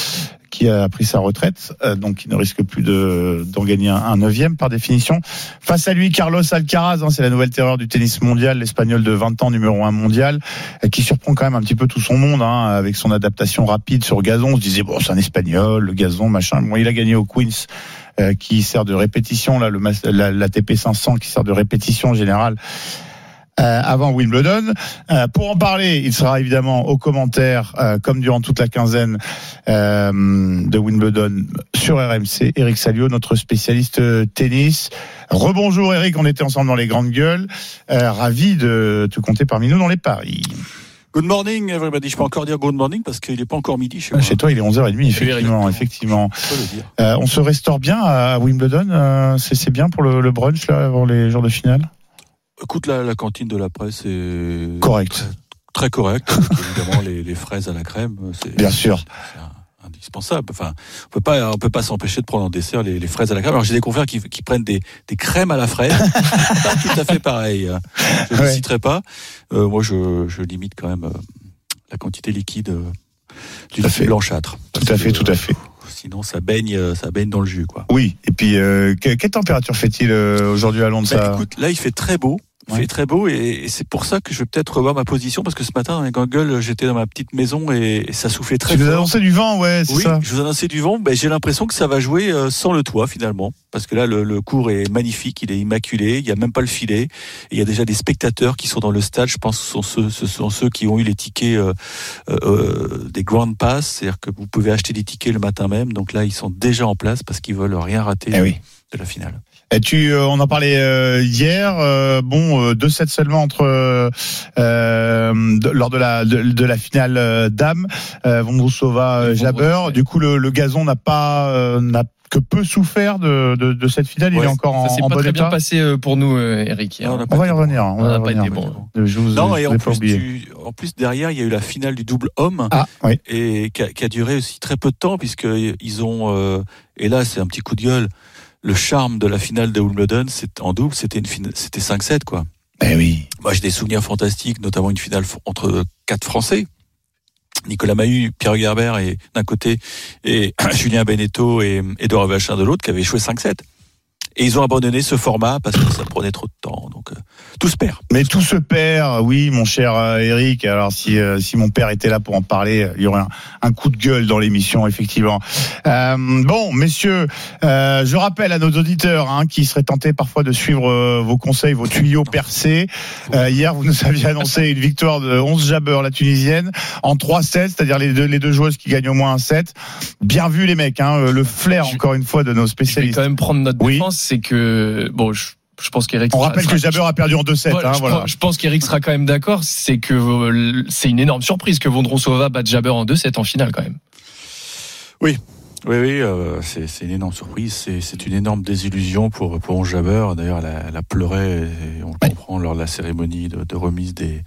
qui a pris sa retraite, euh, donc il ne risque plus de, d'en gagner un, un neuvième par définition. Face à lui, Carlos Alcaraz, hein, c'est la nouvelle terreur du tennis mondial, l'Espagnol de vingt ans, numéro un mondial, euh, qui surprend quand même un petit peu tout son monde, hein, avec son adaptation rapide sur gazon. On se disait, bon, c'est un Espagnol, le gazon, machin. Bon, il a gagné au Queens, euh, qui sert de répétition, là, le, la, l'A T P cinq cents, qui sert de répétition générale. Euh, avant Wimbledon. Euh, pour en parler, il sera évidemment aux commentaires, euh, comme durant toute la quinzaine euh, de Wimbledon sur R M C. Eric Salio, notre spécialiste tennis. Rebonjour Eric, on était ensemble dans les grandes gueules. Euh, ravi de te compter parmi nous dans les paris. Good morning everybody. Je peux encore dire good morning parce qu'il n'est pas encore midi chez moi. Chez toi, il est onze heures trente, effectivement. effectivement. Euh, on se restaure bien à Wimbledon. Euh, c'est, c'est bien pour le, le brunch là, avant les jours de finale. Écoute, la, la cantine de la presse est correcte, très, très correcte. Évidemment, les, les fraises à la crème, c'est bien sûr, c'est un, indispensable. Enfin, on peut pas, on peut pas s'empêcher de prendre en dessert les, les fraises à la crème. Alors j'ai des confrères qui, qui prennent des, des crèmes à la fraise, pas tout à fait pareil. Je ne ouais. citerai pas. Euh, moi, je, je limite quand même euh, la quantité liquide euh, du liquide blanchâtre. Tout à fait, que, tout à fait. Sinon, ça baigne, ça baigne dans le jus, quoi. Oui. Et puis, euh, quelle température fait-il euh, aujourd'hui à Londres? Ben, ça... Écoute, là, il fait très beau. Il ouais. fait très beau et, et c'est pour ça que je vais peut-être revoir ma position parce que ce matin dans les grandes gueules, j'étais dans ma petite maison et, et ça soufflait très tu fort. Tu vous as annoncé du vent, ouais, c'est oui, ça. Je vous ai annoncé du vent. Ben, j'ai l'impression que ça va jouer euh, sans le toit finalement parce que là, le, le court est magnifique, il est immaculé, il n'y a même pas le filet. Et il y a déjà des spectateurs qui sont dans le stade. Je pense que ce sont ceux, ce sont ceux qui ont eu les tickets euh, euh, des Grand Pass, c'est-à-dire que vous pouvez acheter des tickets le matin même. Donc là, ils sont déjà en place parce qu'ils veulent rien rater eh oui. de la finale. Et tu, euh, on en parlait euh, hier. Euh, bon, euh, deux sets seulement entre euh, de, lors de la de, de la finale euh, dames. Euh, Vondrousova, euh, Jabber. Du coup, le, le gazon n'a pas euh, n'a que peu souffert de, de, de cette finale. Ouais, il est encore en, ça s'est en pas bon très état. bien passé pour nous, Eric. On, on va y revenir. On, on n'a pas été bon. Je vous, non, je et en plus, oublié. tu, en plus derrière, il y a eu la finale du double homme, ah, oui. et qui a, qui a duré aussi très peu de temps puisque ils ont. Euh, et là, c'est un petit coup de gueule. Le charme de la finale de Wimbledon, c'est en double, c'était une finale, c'était cinq sept quoi. Eh oui. Moi, j'ai des souvenirs fantastiques, notamment une finale entre quatre Français. Nicolas Mahut, Pierre Gerber et d'un côté et Julien Beneteau et Édouard Vachin de l'autre qui avaient joué cinq sept. Et ils ont abandonné ce format parce que ça prenait trop de temps. Donc, euh, tout se perd. Mais tout se perd, oui, mon cher euh, Eric. Alors, si, euh, si mon père était là pour en parler, il y aurait un, un coup de gueule dans l'émission, effectivement. Euh, bon, messieurs, euh, je rappelle à nos auditeurs hein, qui seraient tentés parfois de suivre euh, vos conseils, vos tuyaux percés. Euh, hier, vous nous aviez annoncé une victoire de onze Jabber, la Tunisienne, en trois sets, c'est-à-dire les deux, les deux joueuses qui gagnent au moins un set. Bien vu, les mecs, hein, le flair, encore une fois, de nos spécialistes. Je vais quand même prendre notre défense. Oui. C'est que bon, je, je pense qu'Eric. On rappelle sera, que Jabber a perdu en deux sept. Voilà, hein, je, voilà. pense, je pense qu'Eric sera quand même d'accord. C'est que c'est une énorme surprise que Vondrousova batte Jabber en deux sept en finale quand même. Oui. Oui, oui, euh, c'est, c'est une énorme surprise. C'est, c'est une énorme désillusion pour pour Jabber. D'ailleurs, elle a, elle a pleuré, et on le ouais. comprend lors de la cérémonie de, de remise des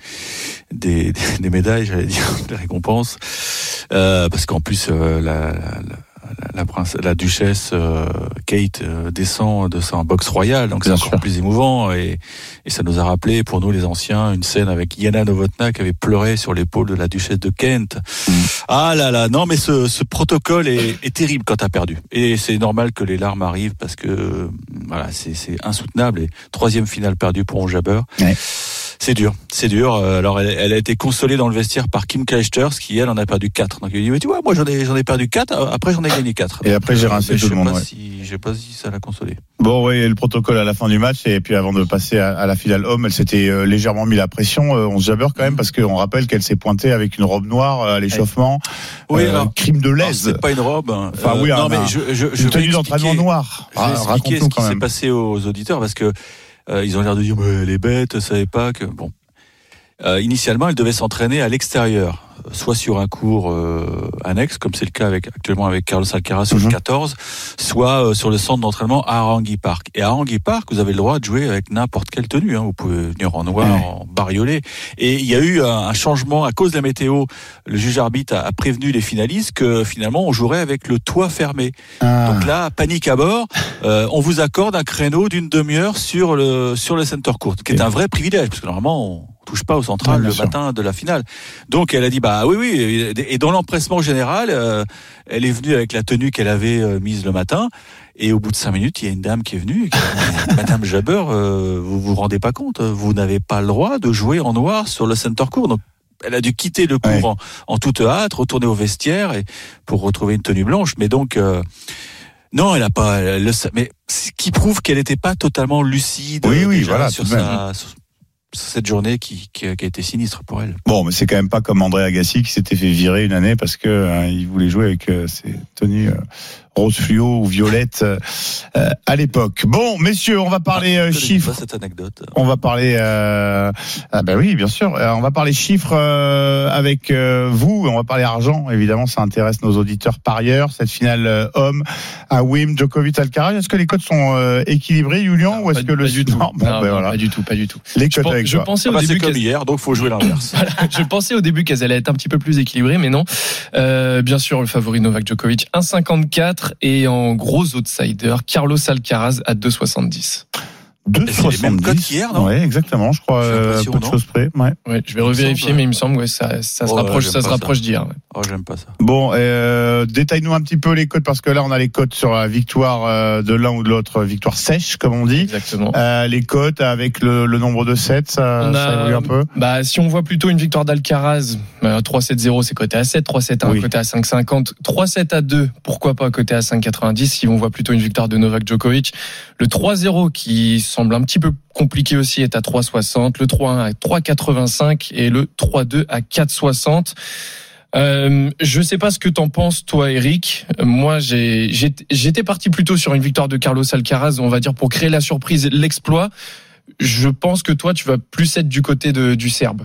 des, des médailles, j'allais dire, des récompenses, euh, parce qu'en plus euh, la, la, la La, prince, la duchesse euh, Kate euh, descend de son box royal, donc c'est encore sûr. Plus émouvant et, et ça nous a rappelé pour nous les anciens une scène avec Yana Novotná qui avait pleuré sur l'épaule de la duchesse de Kent. Mm. Ah là là, non mais ce, ce protocole est, est terrible quand t'as perdu et c'est normal que les larmes arrivent parce que voilà c'est, c'est insoutenable et troisième finale perdue pour Jabber. Ouais. C'est dur, c'est dur. Alors elle, elle a été consolée dans le vestiaire par Kim Clijsters qui elle en a perdu quatre. Donc il dit mais tu vois moi j'en ai j'en ai perdu quatre. Après j'en ai gagné quatre. Et après j'ai rincé tout le monde. Ouais. Si, je sais pas si ça l'a consolée. Bon oui, le protocole à la fin du match et puis avant de passer à, à la finale homme, elle s'était euh, légèrement mis la pression. Euh, on se Jabber quand même parce qu'on rappelle qu'elle s'est pointée avec une robe noire à l'échauffement. Oui, euh, alors, crime de lèse. C'est pas une robe. Enfin euh, oui, non un, mais je je, je une tenue d'entraînement noire. Je vais expliquer ce qui s'est passé aux auditeurs parce que euh, ils ont l'air de dire mais elle est bête, elle savait pas que bon. Euh, initialement, elle devait s'entraîner à l'extérieur, soit sur un cours euh, annexe, comme c'est le cas avec actuellement avec Carlos Alcaraz sur mm-hmm. le quatorze, soit euh, sur le centre d'entraînement à Harangi Park. Et à Harangi Park, vous avez le droit de jouer avec n'importe quelle tenue. Hein. Vous pouvez venir en noir, mm-hmm. en bariolé. Et il y a eu un, un changement à cause de la météo. Le juge arbitre a, a prévenu les finalistes que finalement on jouerait avec le toit fermé. Ah. Donc là, panique à bord. Euh, on vous accorde un créneau d'une demi-heure sur le sur le center court, qui est un vrai privilège, parce que normalement on touche pas au central ouais, le sûr. matin de la finale. Donc elle a dit bah oui oui et dans l'empressement général euh, elle est venue avec la tenue qu'elle avait euh, mise le matin et au bout de cinq minutes il y a une dame qui est venue et qui a dit Madame Jabber euh, vous vous rendez pas compte, vous n'avez pas le droit de jouer en noir sur le center court. Donc elle a dû quitter le cours ouais. en, en toute hâte, retourner au vestiaire et pour retrouver une tenue blanche. Mais donc euh, non, elle a pas elle le mais ce qui prouve qu'elle n'était pas totalement lucide oui, oui, voilà, sur sa sur, cette journée qui, qui, a, qui a été sinistre pour elle. Bon, mais c'est quand même pas comme André Agassi qui s'était fait virer une année parce que euh, il voulait jouer avec euh, ses tenues euh, rose fluo ou violette euh, à l'époque. Bon, messieurs, on va parler euh, chiffres. Pas cette anecdote. On va parler. Euh, ah ben oui, bien sûr. On va parler chiffres euh, avec euh, vous. On va parler argent. Évidemment, ça intéresse nos auditeurs parieurs. Cette finale euh, homme à Wim, Djokovic, Alcaraz. Est-ce que les cotes sont euh, équilibrées, Julien, non, ou est-ce que le pas du tout. Non, bon, non, ben non, voilà. Pas du tout, pas du tout. Les cotes avec je toi. pensais ah au bah, début c'est comme hier, donc faut jouer l'inverse. Voilà, je pensais au début qu'elles allaient être un petit peu plus équilibrées, mais non. Euh, bien sûr, le favori Novak Djokovic un virgule cinquante-quatre et en gros outsider Carlos Alcaraz à deux virgule soixante-dix. deux virgule soixante-dix. C'est les mêmes cotes qu'hier, non ? Oui, exactement, je crois, euh, peu de choses près. Ouais. Ouais, je vais revérifier, mais il me semble que ouais, ça, ça se oh, rapproche, ça se rapproche d'hier. Ouais. Oh, j'aime pas ça. Bon, euh, détaille-nous un petit peu les cotes, parce que là, on a les cotes sur la victoire euh, de l'un ou de l'autre, victoire sèche, comme on dit. Exactement. Euh, les cotes avec le, le nombre de sets, ça, ça évolue un peu. Bah, si on voit plutôt une victoire d'Alcaraz, euh, trois sept zéro, c'est coté à sept, trois sept un, oui. coté à cinq cinquante, trois sept à deux, pourquoi pas coté à cinq quatre-vingt-dix. Si on voit plutôt une victoire de Novak Djokovic, le trois zéro qui semble un petit peu compliqué aussi est à trois soixante, le trois un à trois quatre-vingt-cinq et le trois deux à quatre soixante. Euh, je sais pas ce que t'en penses, toi, Eric. Moi, j'ai, j'ai, j'étais parti plutôt sur une victoire de Carlos Alcaraz, on va dire, pour créer la surprise, l'exploit. Je pense que toi, tu vas plus être du côté de, du Serbe.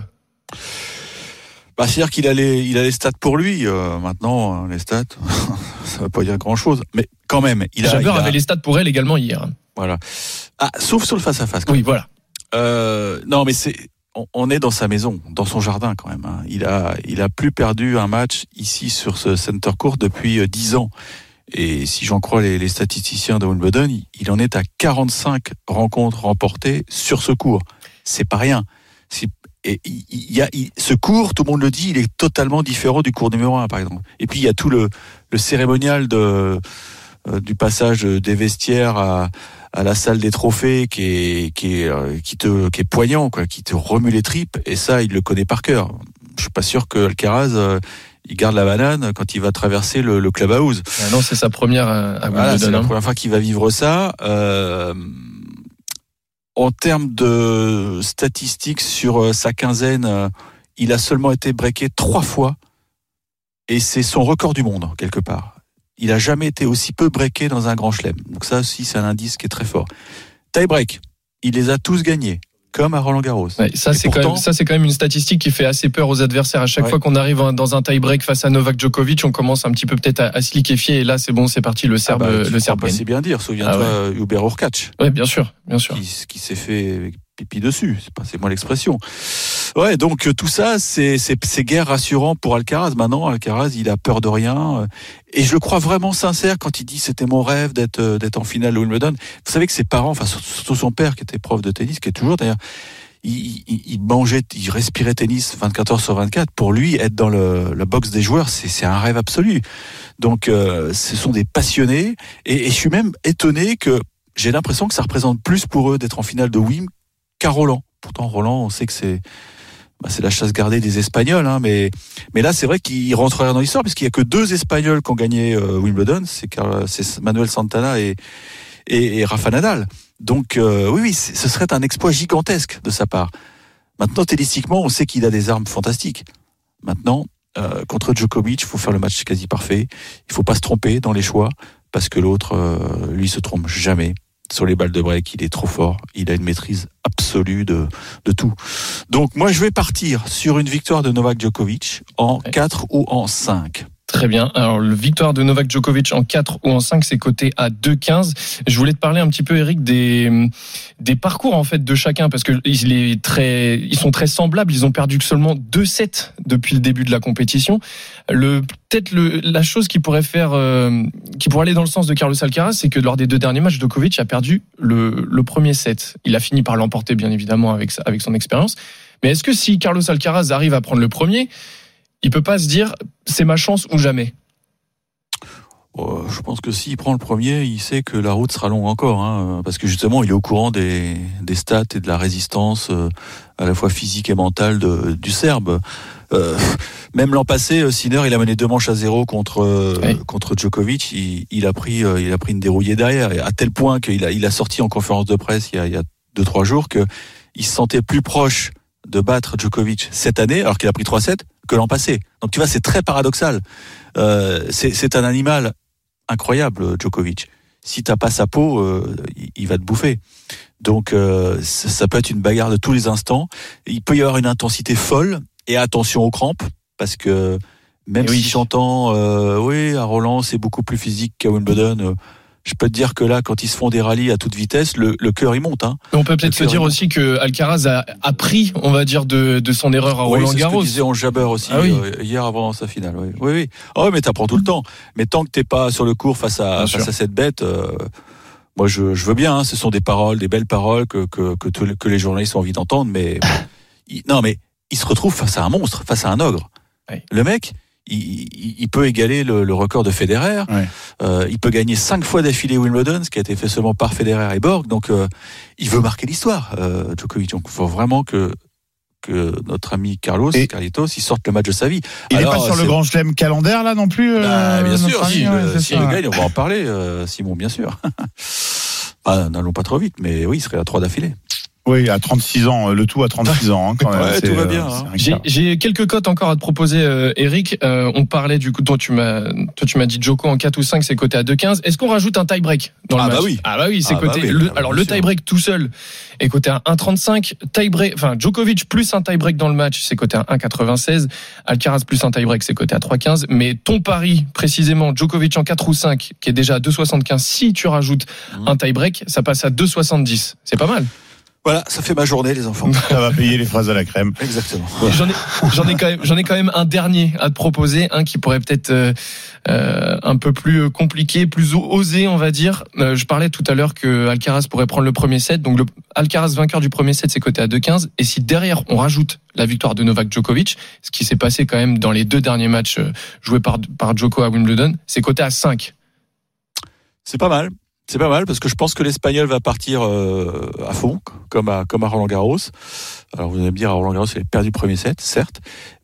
Bah, c'est-à-dire qu'il a les, il a les stats pour lui. Euh, maintenant, les stats, ça va pas dire grand-chose. Mais quand même, il a. Jabber il a... avait les stats pour elle également hier. Voilà. Ah, sauf sur le face-à-face. Oui, voilà. Euh, non, mais c'est, on, on est dans sa maison, dans son jardin quand même. Hein. Il a, il a plus perdu un match ici sur ce center court depuis dix ans. Et si j'en crois les, les statisticiens de Wimbledon, il, il en est à quarante-cinq rencontres remportées sur ce court. C'est pas rien. C'est, et il, il y a il, ce cours, tout le monde le dit, il est totalement différent du cours numéro un, par exemple. Et puis il y a tout le, le cérémonial de, euh, du passage des vestiaires à, à la salle des trophées qui est, qui est, euh, qui te, qui est poignant, quoi, qui te remue les tripes. Et ça, il le connaît par cœur. Je suis pas sûr que Alcaraz, euh, il garde la banane quand il va traverser le, le clubhouse. Ah non, c'est sa première à Wimbledon. Voilà, c'est la première fois qu'il va vivre ça. Euh, En termes de statistiques sur sa quinzaine, il a seulement été breaké trois fois et c'est son record du monde, quelque part. Il a jamais été aussi peu breaké dans un grand chelem. Donc ça aussi, c'est un indice qui est très fort. Tie break, il les a tous gagnés, comme à Roland-Garros. Ouais, ça, c'est pourtant... quand même, ça, c'est quand même une statistique qui fait assez peur aux adversaires. À chaque ouais. fois qu'on arrive dans un tie-break face à Novak Djokovic, on commence un petit peu peut-être à, à se liquéfier. Et là, c'est bon, c'est parti, le Serbe, ah bah, le Serbe. C'est bien dire. Souviens-toi, ah ouais. Hubert Hurkacz. Oui, bien sûr, bien sûr. Qui, qui s'est fait pipi dessus. C'est pas, c'est moi l'expression. Ouais, donc tout ça, c'est, c'est, c'est guère rassurant pour Alcaraz. Maintenant, Alcaraz, il a peur de rien. Et je le crois vraiment sincère quand il dit c'était mon rêve d'être, d'être en finale de Wimbledon. Vous savez que ses parents, enfin surtout son père qui était prof de tennis, qui est toujours d'ailleurs. Il, il, il mangeait, il respirait tennis vingt-quatre heures sur vingt-quatre. Pour lui, être dans le, le box des joueurs, c'est, c'est un rêve absolu. Donc, euh, ce sont des passionnés. Et, et je suis même étonné que j'ai l'impression que ça représente plus pour eux d'être en finale de Wim qu'à Roland. Pourtant, Roland, on sait que c'est, bah, c'est la chasse gardée des Espagnols. Hein, mais, mais là, c'est vrai qu'il rentrerait dans l'histoire parce qu'il y a que deux Espagnols qui ont gagné euh, Wimbledon. C'est, c'est Manuel Santana et, et, et Rafa Nadal. Donc euh, oui, oui, ce serait un exploit gigantesque de sa part. Maintenant, tennistiquement, on sait qu'il a des armes fantastiques. Maintenant, euh, contre Djokovic, il faut faire le match quasi parfait. Il faut pas se tromper dans les choix, parce que l'autre, euh, lui, se trompe jamais. Sur les balles de break, il est trop fort. Il a une maîtrise absolue de, de tout. Donc moi, je vais partir sur une victoire de Novak Djokovic en ouais. quatre ou en cinq. Très bien. Alors, le victoire de Novak Djokovic en quatre ou en cinq, c'est coté à deux quinze. Je voulais te parler un petit peu, Eric, des, des parcours, en fait, de chacun, parce que il est très, ils sont très semblables. Ils ont perdu seulement deux sets depuis le début de la compétition. Le, peut-être le, la chose qui pourrait faire, euh, qui pourrait aller dans le sens de Carlos Alcaraz, c'est que lors des deux derniers matchs, Djokovic a perdu le, le premier set. Il a fini par l'emporter, bien évidemment, avec, avec son expérience. Mais est-ce que si Carlos Alcaraz arrive à prendre le premier, il peut pas se dire c'est ma chance ou jamais? Oh, je pense que s'il prend le premier, il sait que la route sera longue encore, hein, parce que justement il est au courant des, des stats et de la résistance euh, à la fois physique et mentale de, du Serbe. Euh, même l'an passé, Sinner, il a mené deux manches à zéro contre euh, oui. contre Djokovic. Il, il a pris euh, il a pris une dérouillée derrière, et à tel point qu'il a il a sorti en conférence de presse il y a, il y a deux trois jours que il se sentait plus proche de battre Djokovic cette année, alors qu'il a pris trois sets, que l'an passé. Donc tu vois, c'est très paradoxal. Euh, c'est, c'est un animal incroyable, Djokovic. Si t'as pas sa peau, euh, il, il va te bouffer. Donc euh, ça, ça peut être une bagarre de tous les instants. Il peut y avoir une intensité folle, et attention aux crampes, parce que même et si oui. j'entends, euh, oui, à Roland c'est beaucoup plus physique qu'à Wimbledon. Euh, Je peux te dire que là, quand ils se font des rallyes à toute vitesse, le, le cœur il monte. Hein. On peut peut-être se dire aussi que Alcaraz a appris, on va dire, de, de son erreur à Roland-Garros. Oui, c'est ce que disait Ons Jabeur aussi ah oui. euh, hier avant sa finale. Oui, oui, oui. Oh, mais t'apprends tout le temps. Mais tant que t'es pas sur le court face à, face à cette bête, euh, moi je, je veux bien. Hein, ce sont des paroles, des belles paroles que que que, que les journalistes ont envie d'entendre. Mais il, non, mais il se retrouve face à un monstre, face à un ogre. Oui. Le mec. Il, il peut égaler le, le record de Federer. Ouais. Euh, il peut gagner cinq fois d'affilée Wimbledon, ce qui a été fait seulement par Federer et Borg. Donc, euh, il veut marquer l'histoire, euh, Djokovic. Donc, il faut vraiment que que notre ami Carlos, et Carlitos, il sorte le match de sa vie. Il n'est pas sur le grand chelem calendaire là non plus. Bah, euh, bien sûr, si, ouais, euh, si le gagne, on va en parler, euh, Simon, bien sûr. Ah, n'allons pas trop vite, mais oui, il serait à trois d'affilée. Oui, à trente-six ans, le tout à trente-six ans, hein, quand même. Ouais, c'est, tout va bien. euh, Hein. J'ai, j'ai quelques cotes encore à te proposer, euh, Eric. Euh, on parlait du coup, toi tu m'as, toi tu m'as dit Djoko en quatre ou cinq, c'est coté à deux quinze. Est-ce qu'on rajoute un tie-break dans le Ah match? bah oui. Ah bah oui, c'est Ah coté. bah oui, le, ah bah alors bien le sûr. tie-break tout seul est coté à un trente-cinq. Tie-break, enfin Djokovic plus un tie-break dans le match, c'est coté à un quatre-vingt-seize. Alcaraz plus un tie-break, c'est coté à trois quinze. Mais ton pari précisément, Djokovic en quatre ou cinq, qui est déjà à deux soixante-quinze. Si tu rajoutes mmh. un tie-break, ça passe à deux soixante-dix. C'est pas mal. Voilà, ça fait ma journée, les enfants. Ça va payer les fraises à la crème. Exactement. J'en ai, j'en ai quand même, j'en ai quand même un dernier à te proposer, un qui pourrait peut-être euh, euh, un peu plus compliqué, plus osé, on va dire. Euh, je parlais tout à l'heure que Alcaraz pourrait prendre le premier set, donc le Alcaraz vainqueur du premier set, c'est coté à deux quinze. Et si derrière on rajoute la victoire de Novak Djokovic, ce qui s'est passé quand même dans les deux derniers matchs joués par par Djoko à Wimbledon, c'est coté à cinq. C'est pas mal. C'est pas mal parce que je pense que l'Espagnol va partir euh, à fond, comme à comme à Roland Garros. Alors vous allez me dire, à Roland Garros, il a perdu le premier set, certes,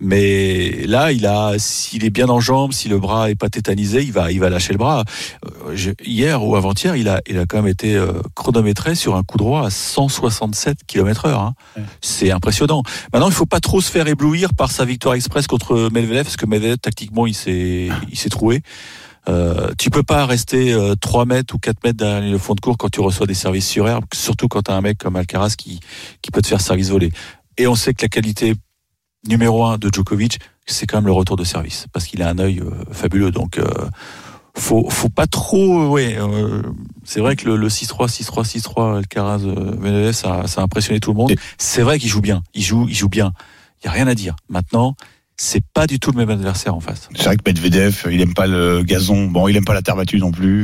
mais là, il a, s'il est bien en jambes, si le bras est pas tétanisé, il va il va lâcher le bras. Euh, je, hier ou avant-hier, il a il a quand même été euh, chronométré sur un coup droit à cent soixante-sept kilomètres heure. Hein. Ouais. C'est impressionnant. Maintenant, il faut pas trop se faire éblouir par sa victoire express contre Medvedev, parce que Medvedev tactiquement, il s'est il s'est troué. Euh, tu peux pas rester euh, trois mètres ou quatre mètres derrière le fond de court quand tu reçois des services sur herbe, surtout quand tu as un mec comme Alcaraz qui, qui peut te faire service volé. Et on sait que la qualité numéro un de Djokovic, c'est quand même le retour de service, parce qu'il a un œil euh, fabuleux. Donc, euh, faut, faut pas trop... Ouais, euh, c'est vrai que le, le six trois, six trois, six trois, Alcaraz, euh, Medvedev, ça, ça a impressionné tout le monde. Et c'est vrai qu'il joue bien. Il joue, il joue bien. Il y a rien à dire. Maintenant... c'est pas du tout le même adversaire en face. C'est vrai que Medvedev, il aime pas le gazon. Bon, il aime pas la terre battue non plus.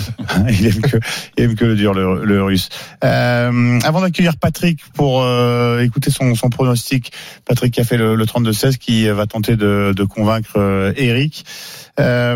il aime que, il aime que le dur, le, le russe. Euh, avant d'accueillir Patrick pour euh, écouter son, son pronostic, Patrick qui a fait le, le trente-deux seize, qui va tenter de, de convaincre euh, Eric. Euh,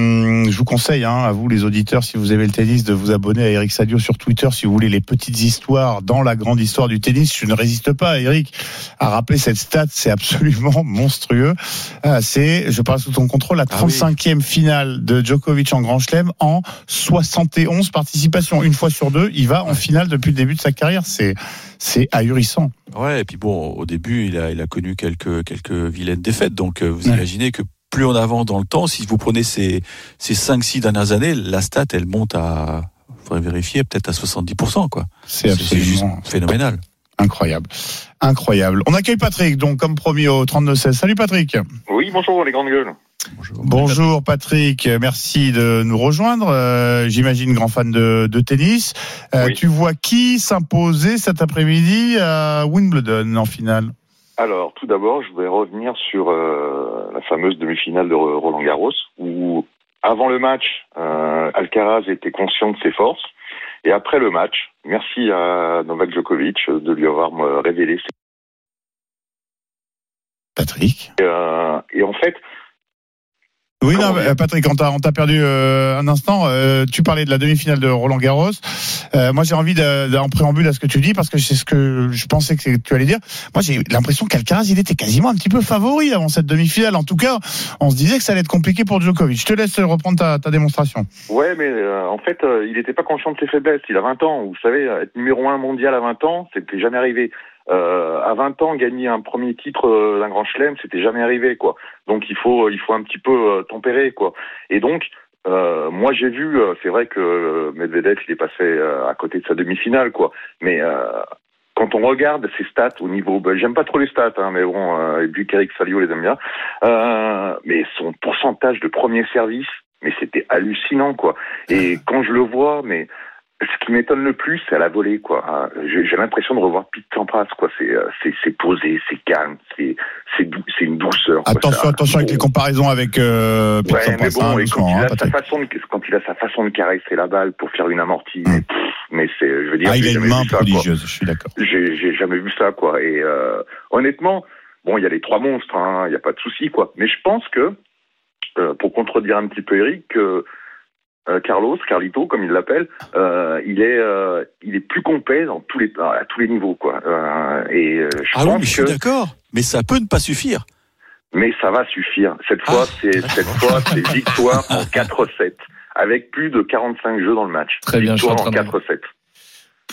je vous conseille, hein, à vous les auditeurs, si vous aimez le tennis, de vous abonner à Eric Salio sur Twitter si vous voulez les petites histoires dans la grande histoire du tennis. Je ne résiste pas, Eric, à rappeler cette stat, c'est absolument monstrueux. Euh, c'est, je parle sous ton contrôle, la trente-cinquième ah oui. finale de Djokovic en Grand Chelem en soixante et onze participations. Une fois sur deux, il va en finale depuis le début de sa carrière. C'est, c'est ahurissant. Ouais, et puis bon, au début, il a, il a connu quelques, quelques vilaines défaites. Donc, vous ouais. imaginez que plus on avance dans le temps, si vous prenez ces, ces cinq six dernières années, la stat, elle monte à, faudrait vérifier, peut-être à soixante-dix pour cent, quoi. C'est absolument c'est juste phénoménal. Incroyable. Incroyable. On accueille Patrick, donc, comme promis au trente-deux seize. Salut Patrick. Oui, bonjour les grandes gueules. Bonjour, bonjour Patrick, merci de nous rejoindre. Euh, j'imagine grand fan de, de tennis. Euh, oui. Tu vois qui s'imposer cet après-midi à Wimbledon en finale ? Alors, tout d'abord, je vais revenir sur euh, la fameuse demi-finale de Roland Garros, où avant le match, euh, Alcaraz était conscient de ses forces, et après le match, merci à Novak Djokovic de lui avoir révélé ses... Patrick et, euh, et en fait... Oui, non, Patrick, on t'a, on t'a perdu euh, un instant. Euh, tu parlais de la demi-finale de Roland Garros. Euh, moi, j'ai envie d'en préambule à ce que tu dis, parce que c'est ce que je pensais que tu allais dire. Moi, j'ai l'impression qu'Alcaraz, il était quasiment un petit peu favori avant cette demi-finale. En tout cas, on se disait que ça allait être compliqué pour Djokovic. Je te laisse reprendre ta, ta démonstration. Ouais, mais euh, en fait, euh, il n'était pas conscient de ses faiblesses. Il a vingt ans. Vous savez, être numéro un mondial à vingt ans, c'était jamais arrivé. Euh, à vingt ans, gagner un premier titre euh, d'un grand chelem, c'était jamais arrivé, quoi. Donc il faut, il faut un petit peu euh, tempérer, quoi. Et donc, euh, moi j'ai vu, euh, c'est vrai que euh, Medvedev il est passé euh, à côté de sa demi-finale, quoi. Mais euh, quand on regarde ses stats au niveau, ben, j'aime pas trop les stats, hein, mais bon, euh, et puis qu'Eric Salio les aime bien. Euh, mais son pourcentage de premier service, mais c'était hallucinant, quoi. Et quand je le vois, mais ce qui m'étonne le plus, c'est à la volée, quoi. J'ai, j'ai l'impression de revoir Pete Sampras, quoi. C'est, c'est, c'est posé, c'est calme, c'est, c'est, dou- c'est une douceur. Attention, quoi, attention avec les comparaisons avec euh, Pete ouais, Sampras. Mais bon, hein, et quand, il hein, a sa façon de, quand il a sa façon de caresser la balle pour faire une amortie, mmh. mais, pff, mais c'est, je veux dire, ah, il a une main ça, prodigieuse. Je suis d'accord. J'ai, j'ai jamais vu ça, quoi. Et euh, honnêtement, bon, il y a les trois monstres, hein, il y a pas de souci, quoi. Mais je pense que, euh, pour contredire un petit peu Eric, euh, Euh, Carlos, Carlito, comme il l'appelle, euh, il est, euh, il est plus complet dans tous les, à tous les niveaux, quoi. Euh, et euh, je ah pense oui, mais je suis que... d'accord. Mais ça peut ne pas suffire. Mais ça va suffire. Cette fois, ah. c'est cette fois, c'est victoire en quatre sept, avec plus de quarante-cinq jeux dans le match. Très bien, victoire je suis en train en quatre sept.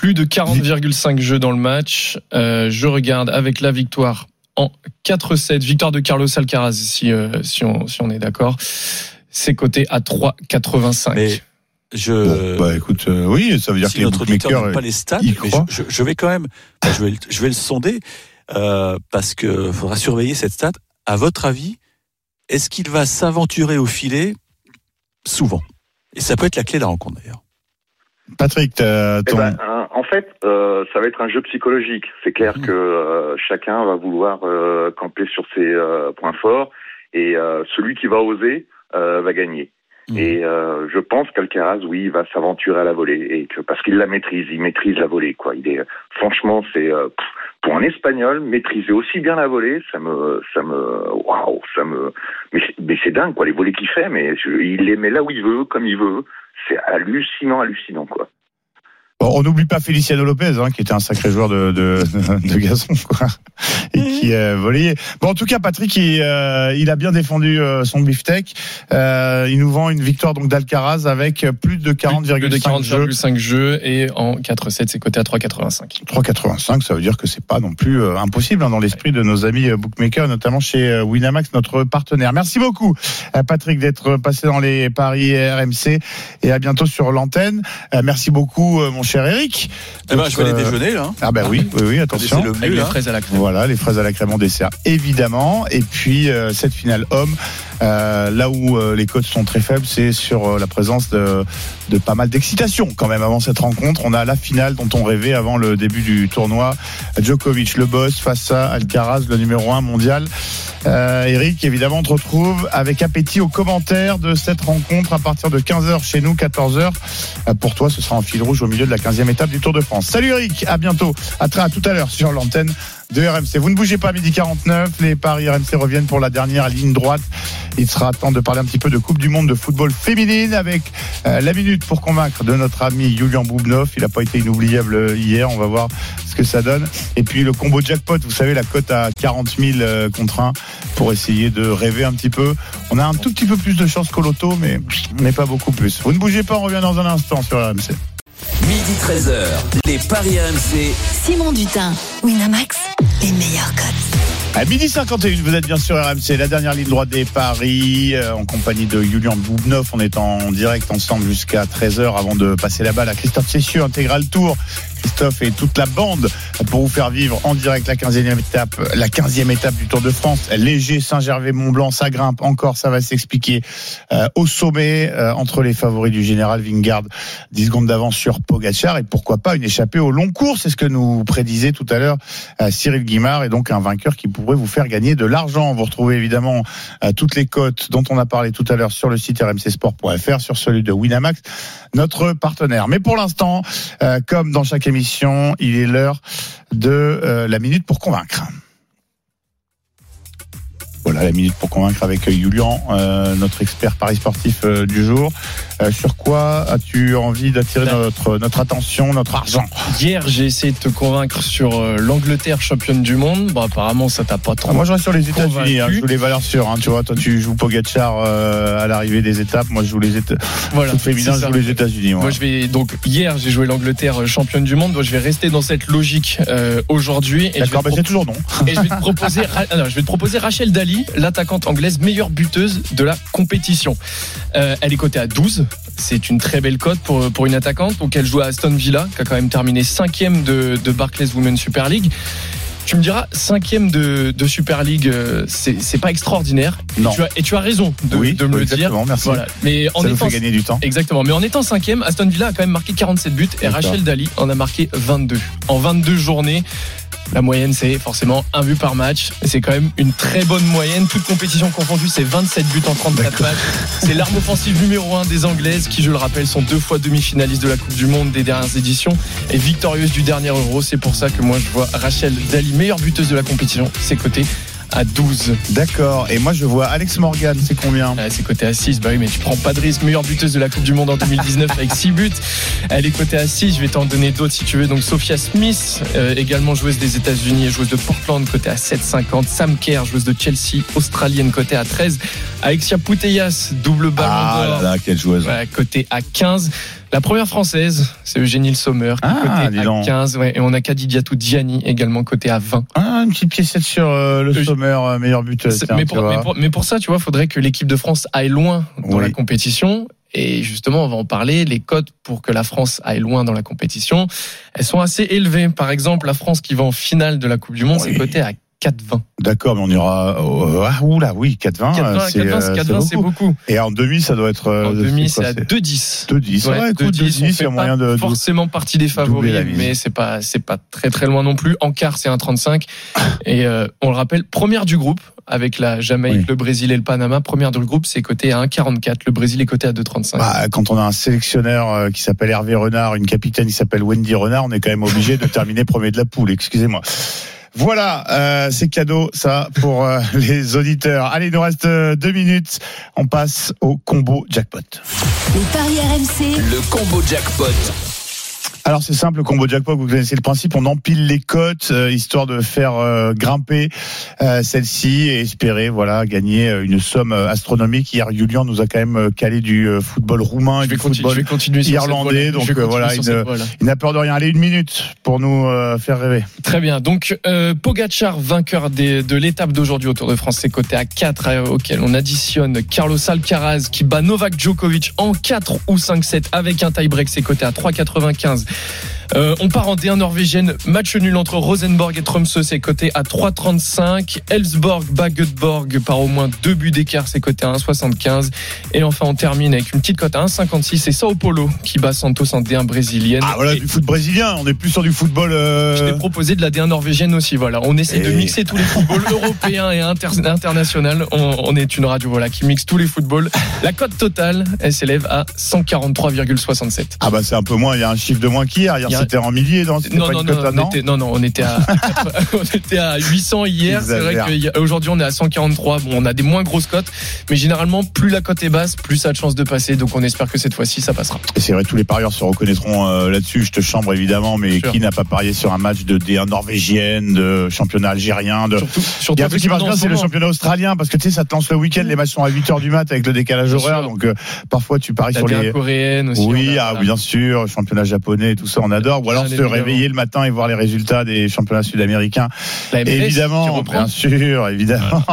Plus de quarante virgule cinq jeux dans le match. Euh, je regarde avec la victoire en quatre sept. Victoire de Carlos Alcaraz, si, euh, si, on, si on est d'accord. C'est coté à trois virgule quatre-vingt-cinq. Mais je. Bon, bah écoute, euh, oui, ça veut dire si que les notre auditeur bookmakers, n'a pas les stats, y mais croient. je, je, je vais quand même, bah, je, vais, je vais le sonder euh, parce que faudra surveiller cette stat. À votre avis, est-ce qu'il va s'aventurer au filet souvent? Et ça peut être la clé de la rencontre d'ailleurs. Patrick, ton... eh ben, en fait, euh, ça va être un jeu psychologique. C'est clair mmh. que euh, chacun va vouloir euh, camper sur ses euh, points forts et euh, celui qui va oser euh, va gagner. Mmh. Et euh, je pense qu'Alcaraz, oui, va s'aventurer à la volée et que parce qu'il la maîtrise, il maîtrise la volée, quoi. Il est, franchement, c'est euh, pour un Espagnol maîtriser aussi bien la volée, ça me, ça me, waouh, ça me, mais, mais c'est dingue, quoi, les volées qu'il fait, mais je, il les met là où il veut, comme il veut. C'est hallucinant, hallucinant, quoi. Bon, on n'oublie pas Feliciano Lopez, hein, qui était un sacré joueur de, de, de gazon, quoi, et qui euh, volait. Bon, en tout cas, Patrick, il, euh, il a bien défendu euh, son beefsteak. Euh, il nous vend une victoire donc d'Alcaraz avec plus de quarante virgule cinq jeux et en quatre sept, c'est coté à trois virgule quatre-vingt-cinq. trois virgule quatre-vingt-cinq, ça veut dire que c'est pas non plus euh, impossible hein, dans l'esprit de nos amis euh, bookmakers, notamment chez euh, Winamax, notre partenaire. Merci beaucoup, euh, Patrick, d'être passé dans les paris R M C et à bientôt sur l'antenne. Euh, merci beaucoup, euh, mon cher Eric. Eh ben, je vais aller déjeuner là. Ah ben oui, oui, oui, attention. Le Avec les fraises à la crème. Voilà, les fraises à la crème en dessert, évidemment. Et puis euh, cette finale homme, euh, là où euh, les cotes sont très faibles, c'est sur euh, la présence de, de pas mal d'excitation quand même avant cette rencontre. On a la finale dont on rêvait avant le début du tournoi. Djokovic, le boss, face à Alcaraz, le numéro un mondial. Euh, Eric, évidemment, on te retrouve avec appétit aux commentaires de cette rencontre à partir de quinze heures chez nous, quatorze heures. Euh, pour toi, ce sera en fil rouge au milieu de la quinzième étape du Tour de France. Salut Eric, à bientôt. À, très, à tout à l'heure sur l'antenne de R M C. Vous ne bougez pas, à midi quarante-neuf. Les paris R M C reviennent pour la dernière ligne droite. Il sera temps de parler un petit peu de Coupe du Monde de football féminine avec euh, la minute pour convaincre de notre ami Julian Boubnov. Il n'a pas été inoubliable hier. On va voir ce que ça donne. Et puis le combo jackpot, vous savez, la cote à quarante mille euh, contre un pour essayer de rêver un petit peu. On a un tout petit peu plus de chance qu'au loto, mais, mais pas beaucoup plus. Vous ne bougez pas, on revient dans un instant sur R M C. Midi treize heures, les paris R M C. Simon Dutin, Winamax, les meilleurs codes. À midi cinquante et un, vous êtes bien sur R M C, la dernière ligne droite des paris, euh, en compagnie de Julian Boubnov. On est en direct ensemble jusqu'à treize heures avant de passer la balle à Christophe Cessieux, Intégral Tour. Christophe et toute la bande pour vous faire vivre en direct la quinzième étape, la quinzième étape du Tour de France. Léger, Saint-Gervais-Mont-Blanc, ça grimpe encore, ça va s'expliquer euh, au sommet euh, entre les favoris du général Vingegaard, dix secondes d'avance sur Pogacar et pourquoi pas une échappée au long cours, c'est ce que nous prédisait tout à l'heure euh, Cyril Guimard et donc un vainqueur qui pourrait vous faire gagner de l'argent. Vous retrouvez évidemment euh, toutes les cotes dont on a parlé tout à l'heure sur le site r m c sport point f r, sur celui de Winamax, notre partenaire. Mais pour l'instant, euh, comme dans chaque émission, il est l'heure de euh, la minute pour convaincre. Voilà, la minute pour convaincre avec Julian, euh, notre expert paris sportif euh, du jour. Euh, sur quoi as-tu envie d'attirer notre, notre attention, notre argent ? Hier, j'ai essayé de te convaincre sur euh, l'Angleterre championne du monde. Bon, apparemment, ça t'a pas trop. Ah, moi, je reste sur les États-Unis. Hein, je joue les valeurs sûres. Hein, tu vois, toi, tu joues Pogacar euh, à l'arrivée des étapes. Moi, je joue les États. Voilà. Féminin, je joue les États-Unis. Moi. moi, je vais donc hier, j'ai joué l'Angleterre championne du monde. Moi, je vais rester dans cette logique euh, aujourd'hui. Et D'accord, je vais bah, c'est toujours non. Et je vais te proposer, alors, je vais te proposer Rachel Daly, l'attaquante anglaise meilleure buteuse de la compétition. Euh, elle est cotée à douze. C'est une très belle cote pour, pour une attaquante. Donc elle joue à Aston Villa, qui a quand même terminé cinquième de, de Barclays Women's Super League. Tu me diras, cinquième de, de Super League, c'est, c'est pas extraordinaire. Non. Et tu as, et tu as raison de, oui, de me le dire. Merci. Voilà. Mais en Ça étant, nous fait gagner du temps. Exactement. Mais en étant cinquième, Aston Villa a quand même marqué quarante-sept buts et D'accord. Rachel Daly en a marqué vingt-deux. En vingt-deux journées. La moyenne, c'est forcément un but par match. C'est quand même une très bonne moyenne. Toute compétition confondue, c'est vingt-sept buts en trente-quatre D'accord. matchs. C'est l'arme offensive numéro un des Anglaises, qui, je le rappelle, sont deux fois demi-finalistes de la Coupe du Monde des dernières éditions et victorieuses du dernier Euro. C'est pour ça que moi, je vois Rachel Daly, meilleure buteuse de la compétition, c'est coté à douze. D'accord. Et moi, je vois Alex Morgan, c'est combien ? Ah, c'est coté à six. Bah oui, mais tu prends pas de risque. Meilleure buteuse de la Coupe du Monde en deux mille dix-neuf avec six buts. Elle est cotée à six. Je vais t'en donner d'autres si tu veux. Donc, Sophia Smith, euh, également joueuse des États-Unis et joueuse de Portland, cotée à sept virgule cinquante. Sam Kerr, joueuse de Chelsea, australienne, cotée à treize. Alexia Putellas, double ballon Ah d'or. là là, quelle joueuse. Ouais, côté à quinze. La première française, c'est Eugénie Le Sommer, Ah, côté dis à donc. quinze. Ouais, et on a Kadidiatou Diani également côté à vingt. Ah, une petite piécette sur euh, le Euh, Sommer, euh, meilleur buteur. C'est- tiens, mais, tu pour, vois. mais, pour, mais pour ça, tu vois, faudrait que l'équipe de France aille loin dans Oui. la compétition. Et justement, on va en parler. Les cotes pour que la France aille loin dans la compétition, elles sont assez élevées. Par exemple, la France qui va en finale de la Coupe du Monde, Oui. c'est coté à quatre vingt. D'accord, mais on ira. au- Ah, oula, oui, quatre vingt. quatre vingt, c'est, quatre vingt, euh, quatre vingt, c'est beaucoup. Et en demi, ça doit être. euh, En demi, quoi, c'est à deux dix. deux dix. Ouais, Ouais, écoute, deux deux dix, on dix, il y fait a moyen pas de. de- forcément partie des doubler favoris, la mise. mais c'est pas c'est pas très très loin non plus. En quart, c'est un trente-cinq. Et euh, on le rappelle, première du groupe avec la Jamaïque, Oui. le Brésil et le Panama. Première du groupe, c'est coté à un quarante-quatre. Le Brésil est coté à deux trente-cinq. Bah, quand on a un sélectionneur euh, qui s'appelle Hervé Renard, une capitaine qui s'appelle Wendy Renard, on est quand même obligé de terminer premier de la poule. Excusez-moi. Voilà, euh, c'est cadeau ça pour euh, les auditeurs. Allez, il nous reste euh, deux minutes. On passe au combo jackpot. Les paris R M C. Le combo jackpot. Alors c'est simple, le combo jackpot, vous connaissez le principe, on empile les cotes euh, histoire de faire euh, grimper euh, celle-ci et espérer voilà gagner euh, une somme euh, astronomique. Hier, Julian nous a quand même euh, calé du euh, football roumain et Je vais, du continu- football je vais continuer sur cette irlandais, voie-là. donc Je vais euh, continuer voilà, sur il, cette ne- voie-là. il n'a peur de rien. Allez, une minute pour nous euh, faire rêver. Très bien. Donc, euh, Pogacar, vainqueur des, de l'étape d'aujourd'hui au Tour de France, c'est coté à quatre, euh, auquel on additionne Carlos Alcaraz qui bat Novak Djokovic en quatre ou cinq sept avec un tie-break, c'est coté à trois quatre-vingt-quinze. Euh, on part en D un norvégienne, match nul entre Rosenborg et Tromsø, c'est coté à trois trente-cinq. Elfsborg, Göteborg par au moins deux buts d'écart, c'est coté à un soixante-quinze. Et enfin, on termine avec une petite cote à un cinquante-six, c'est Sao Paulo qui bat Santos en D un brésilienne. Ah voilà, Et du foot brésilien, on est plus sur du football. Euh... je t'ai proposé de la D un norvégienne aussi, voilà. On essaie Et... de mixer tous les footballs européens et inter- international. On, on est une radio, voilà, qui mixe tous les footballs. La cote totale, elle s'élève à cent quarante-trois virgule soixante-sept. Ah bah c'est un peu moins, il y a un chiffre de moins qu'hier. Hier, Il y a- c'était en milliers, non C'était Non, pas non, une non, cote à- on était, non, non, on était à, on était à huit cents hier. C'est vrai Exagère. qu'aujourd'hui, on est à cent quarante-trois. Bon, on a des moins grosses cotes. Mais généralement, plus la cote est basse, plus ça a de chances de passer. Donc, on espère que cette fois-ci, ça passera. Et c'est vrai, tous les parieurs se reconnaîtront euh, là-dessus. Je te chambre évidemment, mais Sûr. qui n'a pas parié sur un match de D un norvégienne, de championnat algérien, de. Surtout, Il y surtout a un truc qui marche bien, c'est le championnat australien, parce que tu sais, ça te lance le week-end, les matchs sont à huit heures du mat avec le décalage Bien horaire, sûr. donc euh, parfois tu paries La sur D un les. coréenne aussi. Oui, on a- ah, voilà. bien sûr, championnat japonais, tout ça, on adore. Ou alors Bien se évidemment. réveiller le matin et voir les résultats des championnats sud-américains. La M L S qui Évidemment, reprend. bien sûr, évidemment.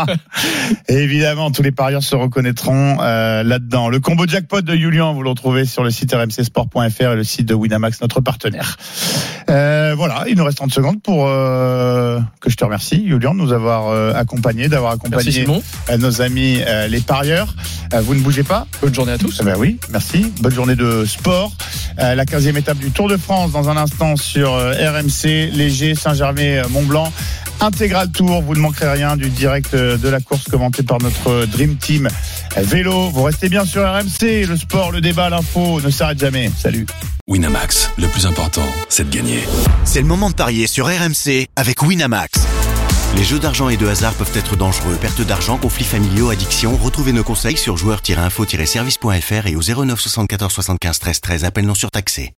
Évidemment, tous les parieurs se reconnaîtront euh, là-dedans. Le combo jackpot de Julian, vous le retrouvez sur le site r m c sport point f r et le site de Winamax, notre partenaire. Euh, voilà, il nous reste trente secondes pour euh, que je te remercie, Julian, de nous avoir euh, accompagnés, d'avoir Merci accompagné Simon. euh, nos amis euh, les parieurs. Euh, vous ne bougez pas. Bonne journée à tous. Eh ben oui, merci. Bonne journée de sport. Euh, la quinzième étape du Tour de France dans un instant sur euh, R M C, Léger, Saint-Germain-Mont-Blanc. Intégral Tour, vous ne manquerez rien du direct euh, de la course commenté par notre Dream Team Vélo. Vous restez bien sur R M C, le sport, le débat, l'info ne s'arrête jamais. Salut. Winamax, le plus important, c'est de gagner. C'est le moment de parier sur R M C avec Winamax. Les jeux d'argent et de hasard peuvent être dangereux. Perte d'argent, conflits familiaux, addiction. Retrouvez nos conseils sur joueurs tiret info tiret service point f r et au zéro neuf soixante-quatorze soixante-quinze treize treize. Appel non surtaxé.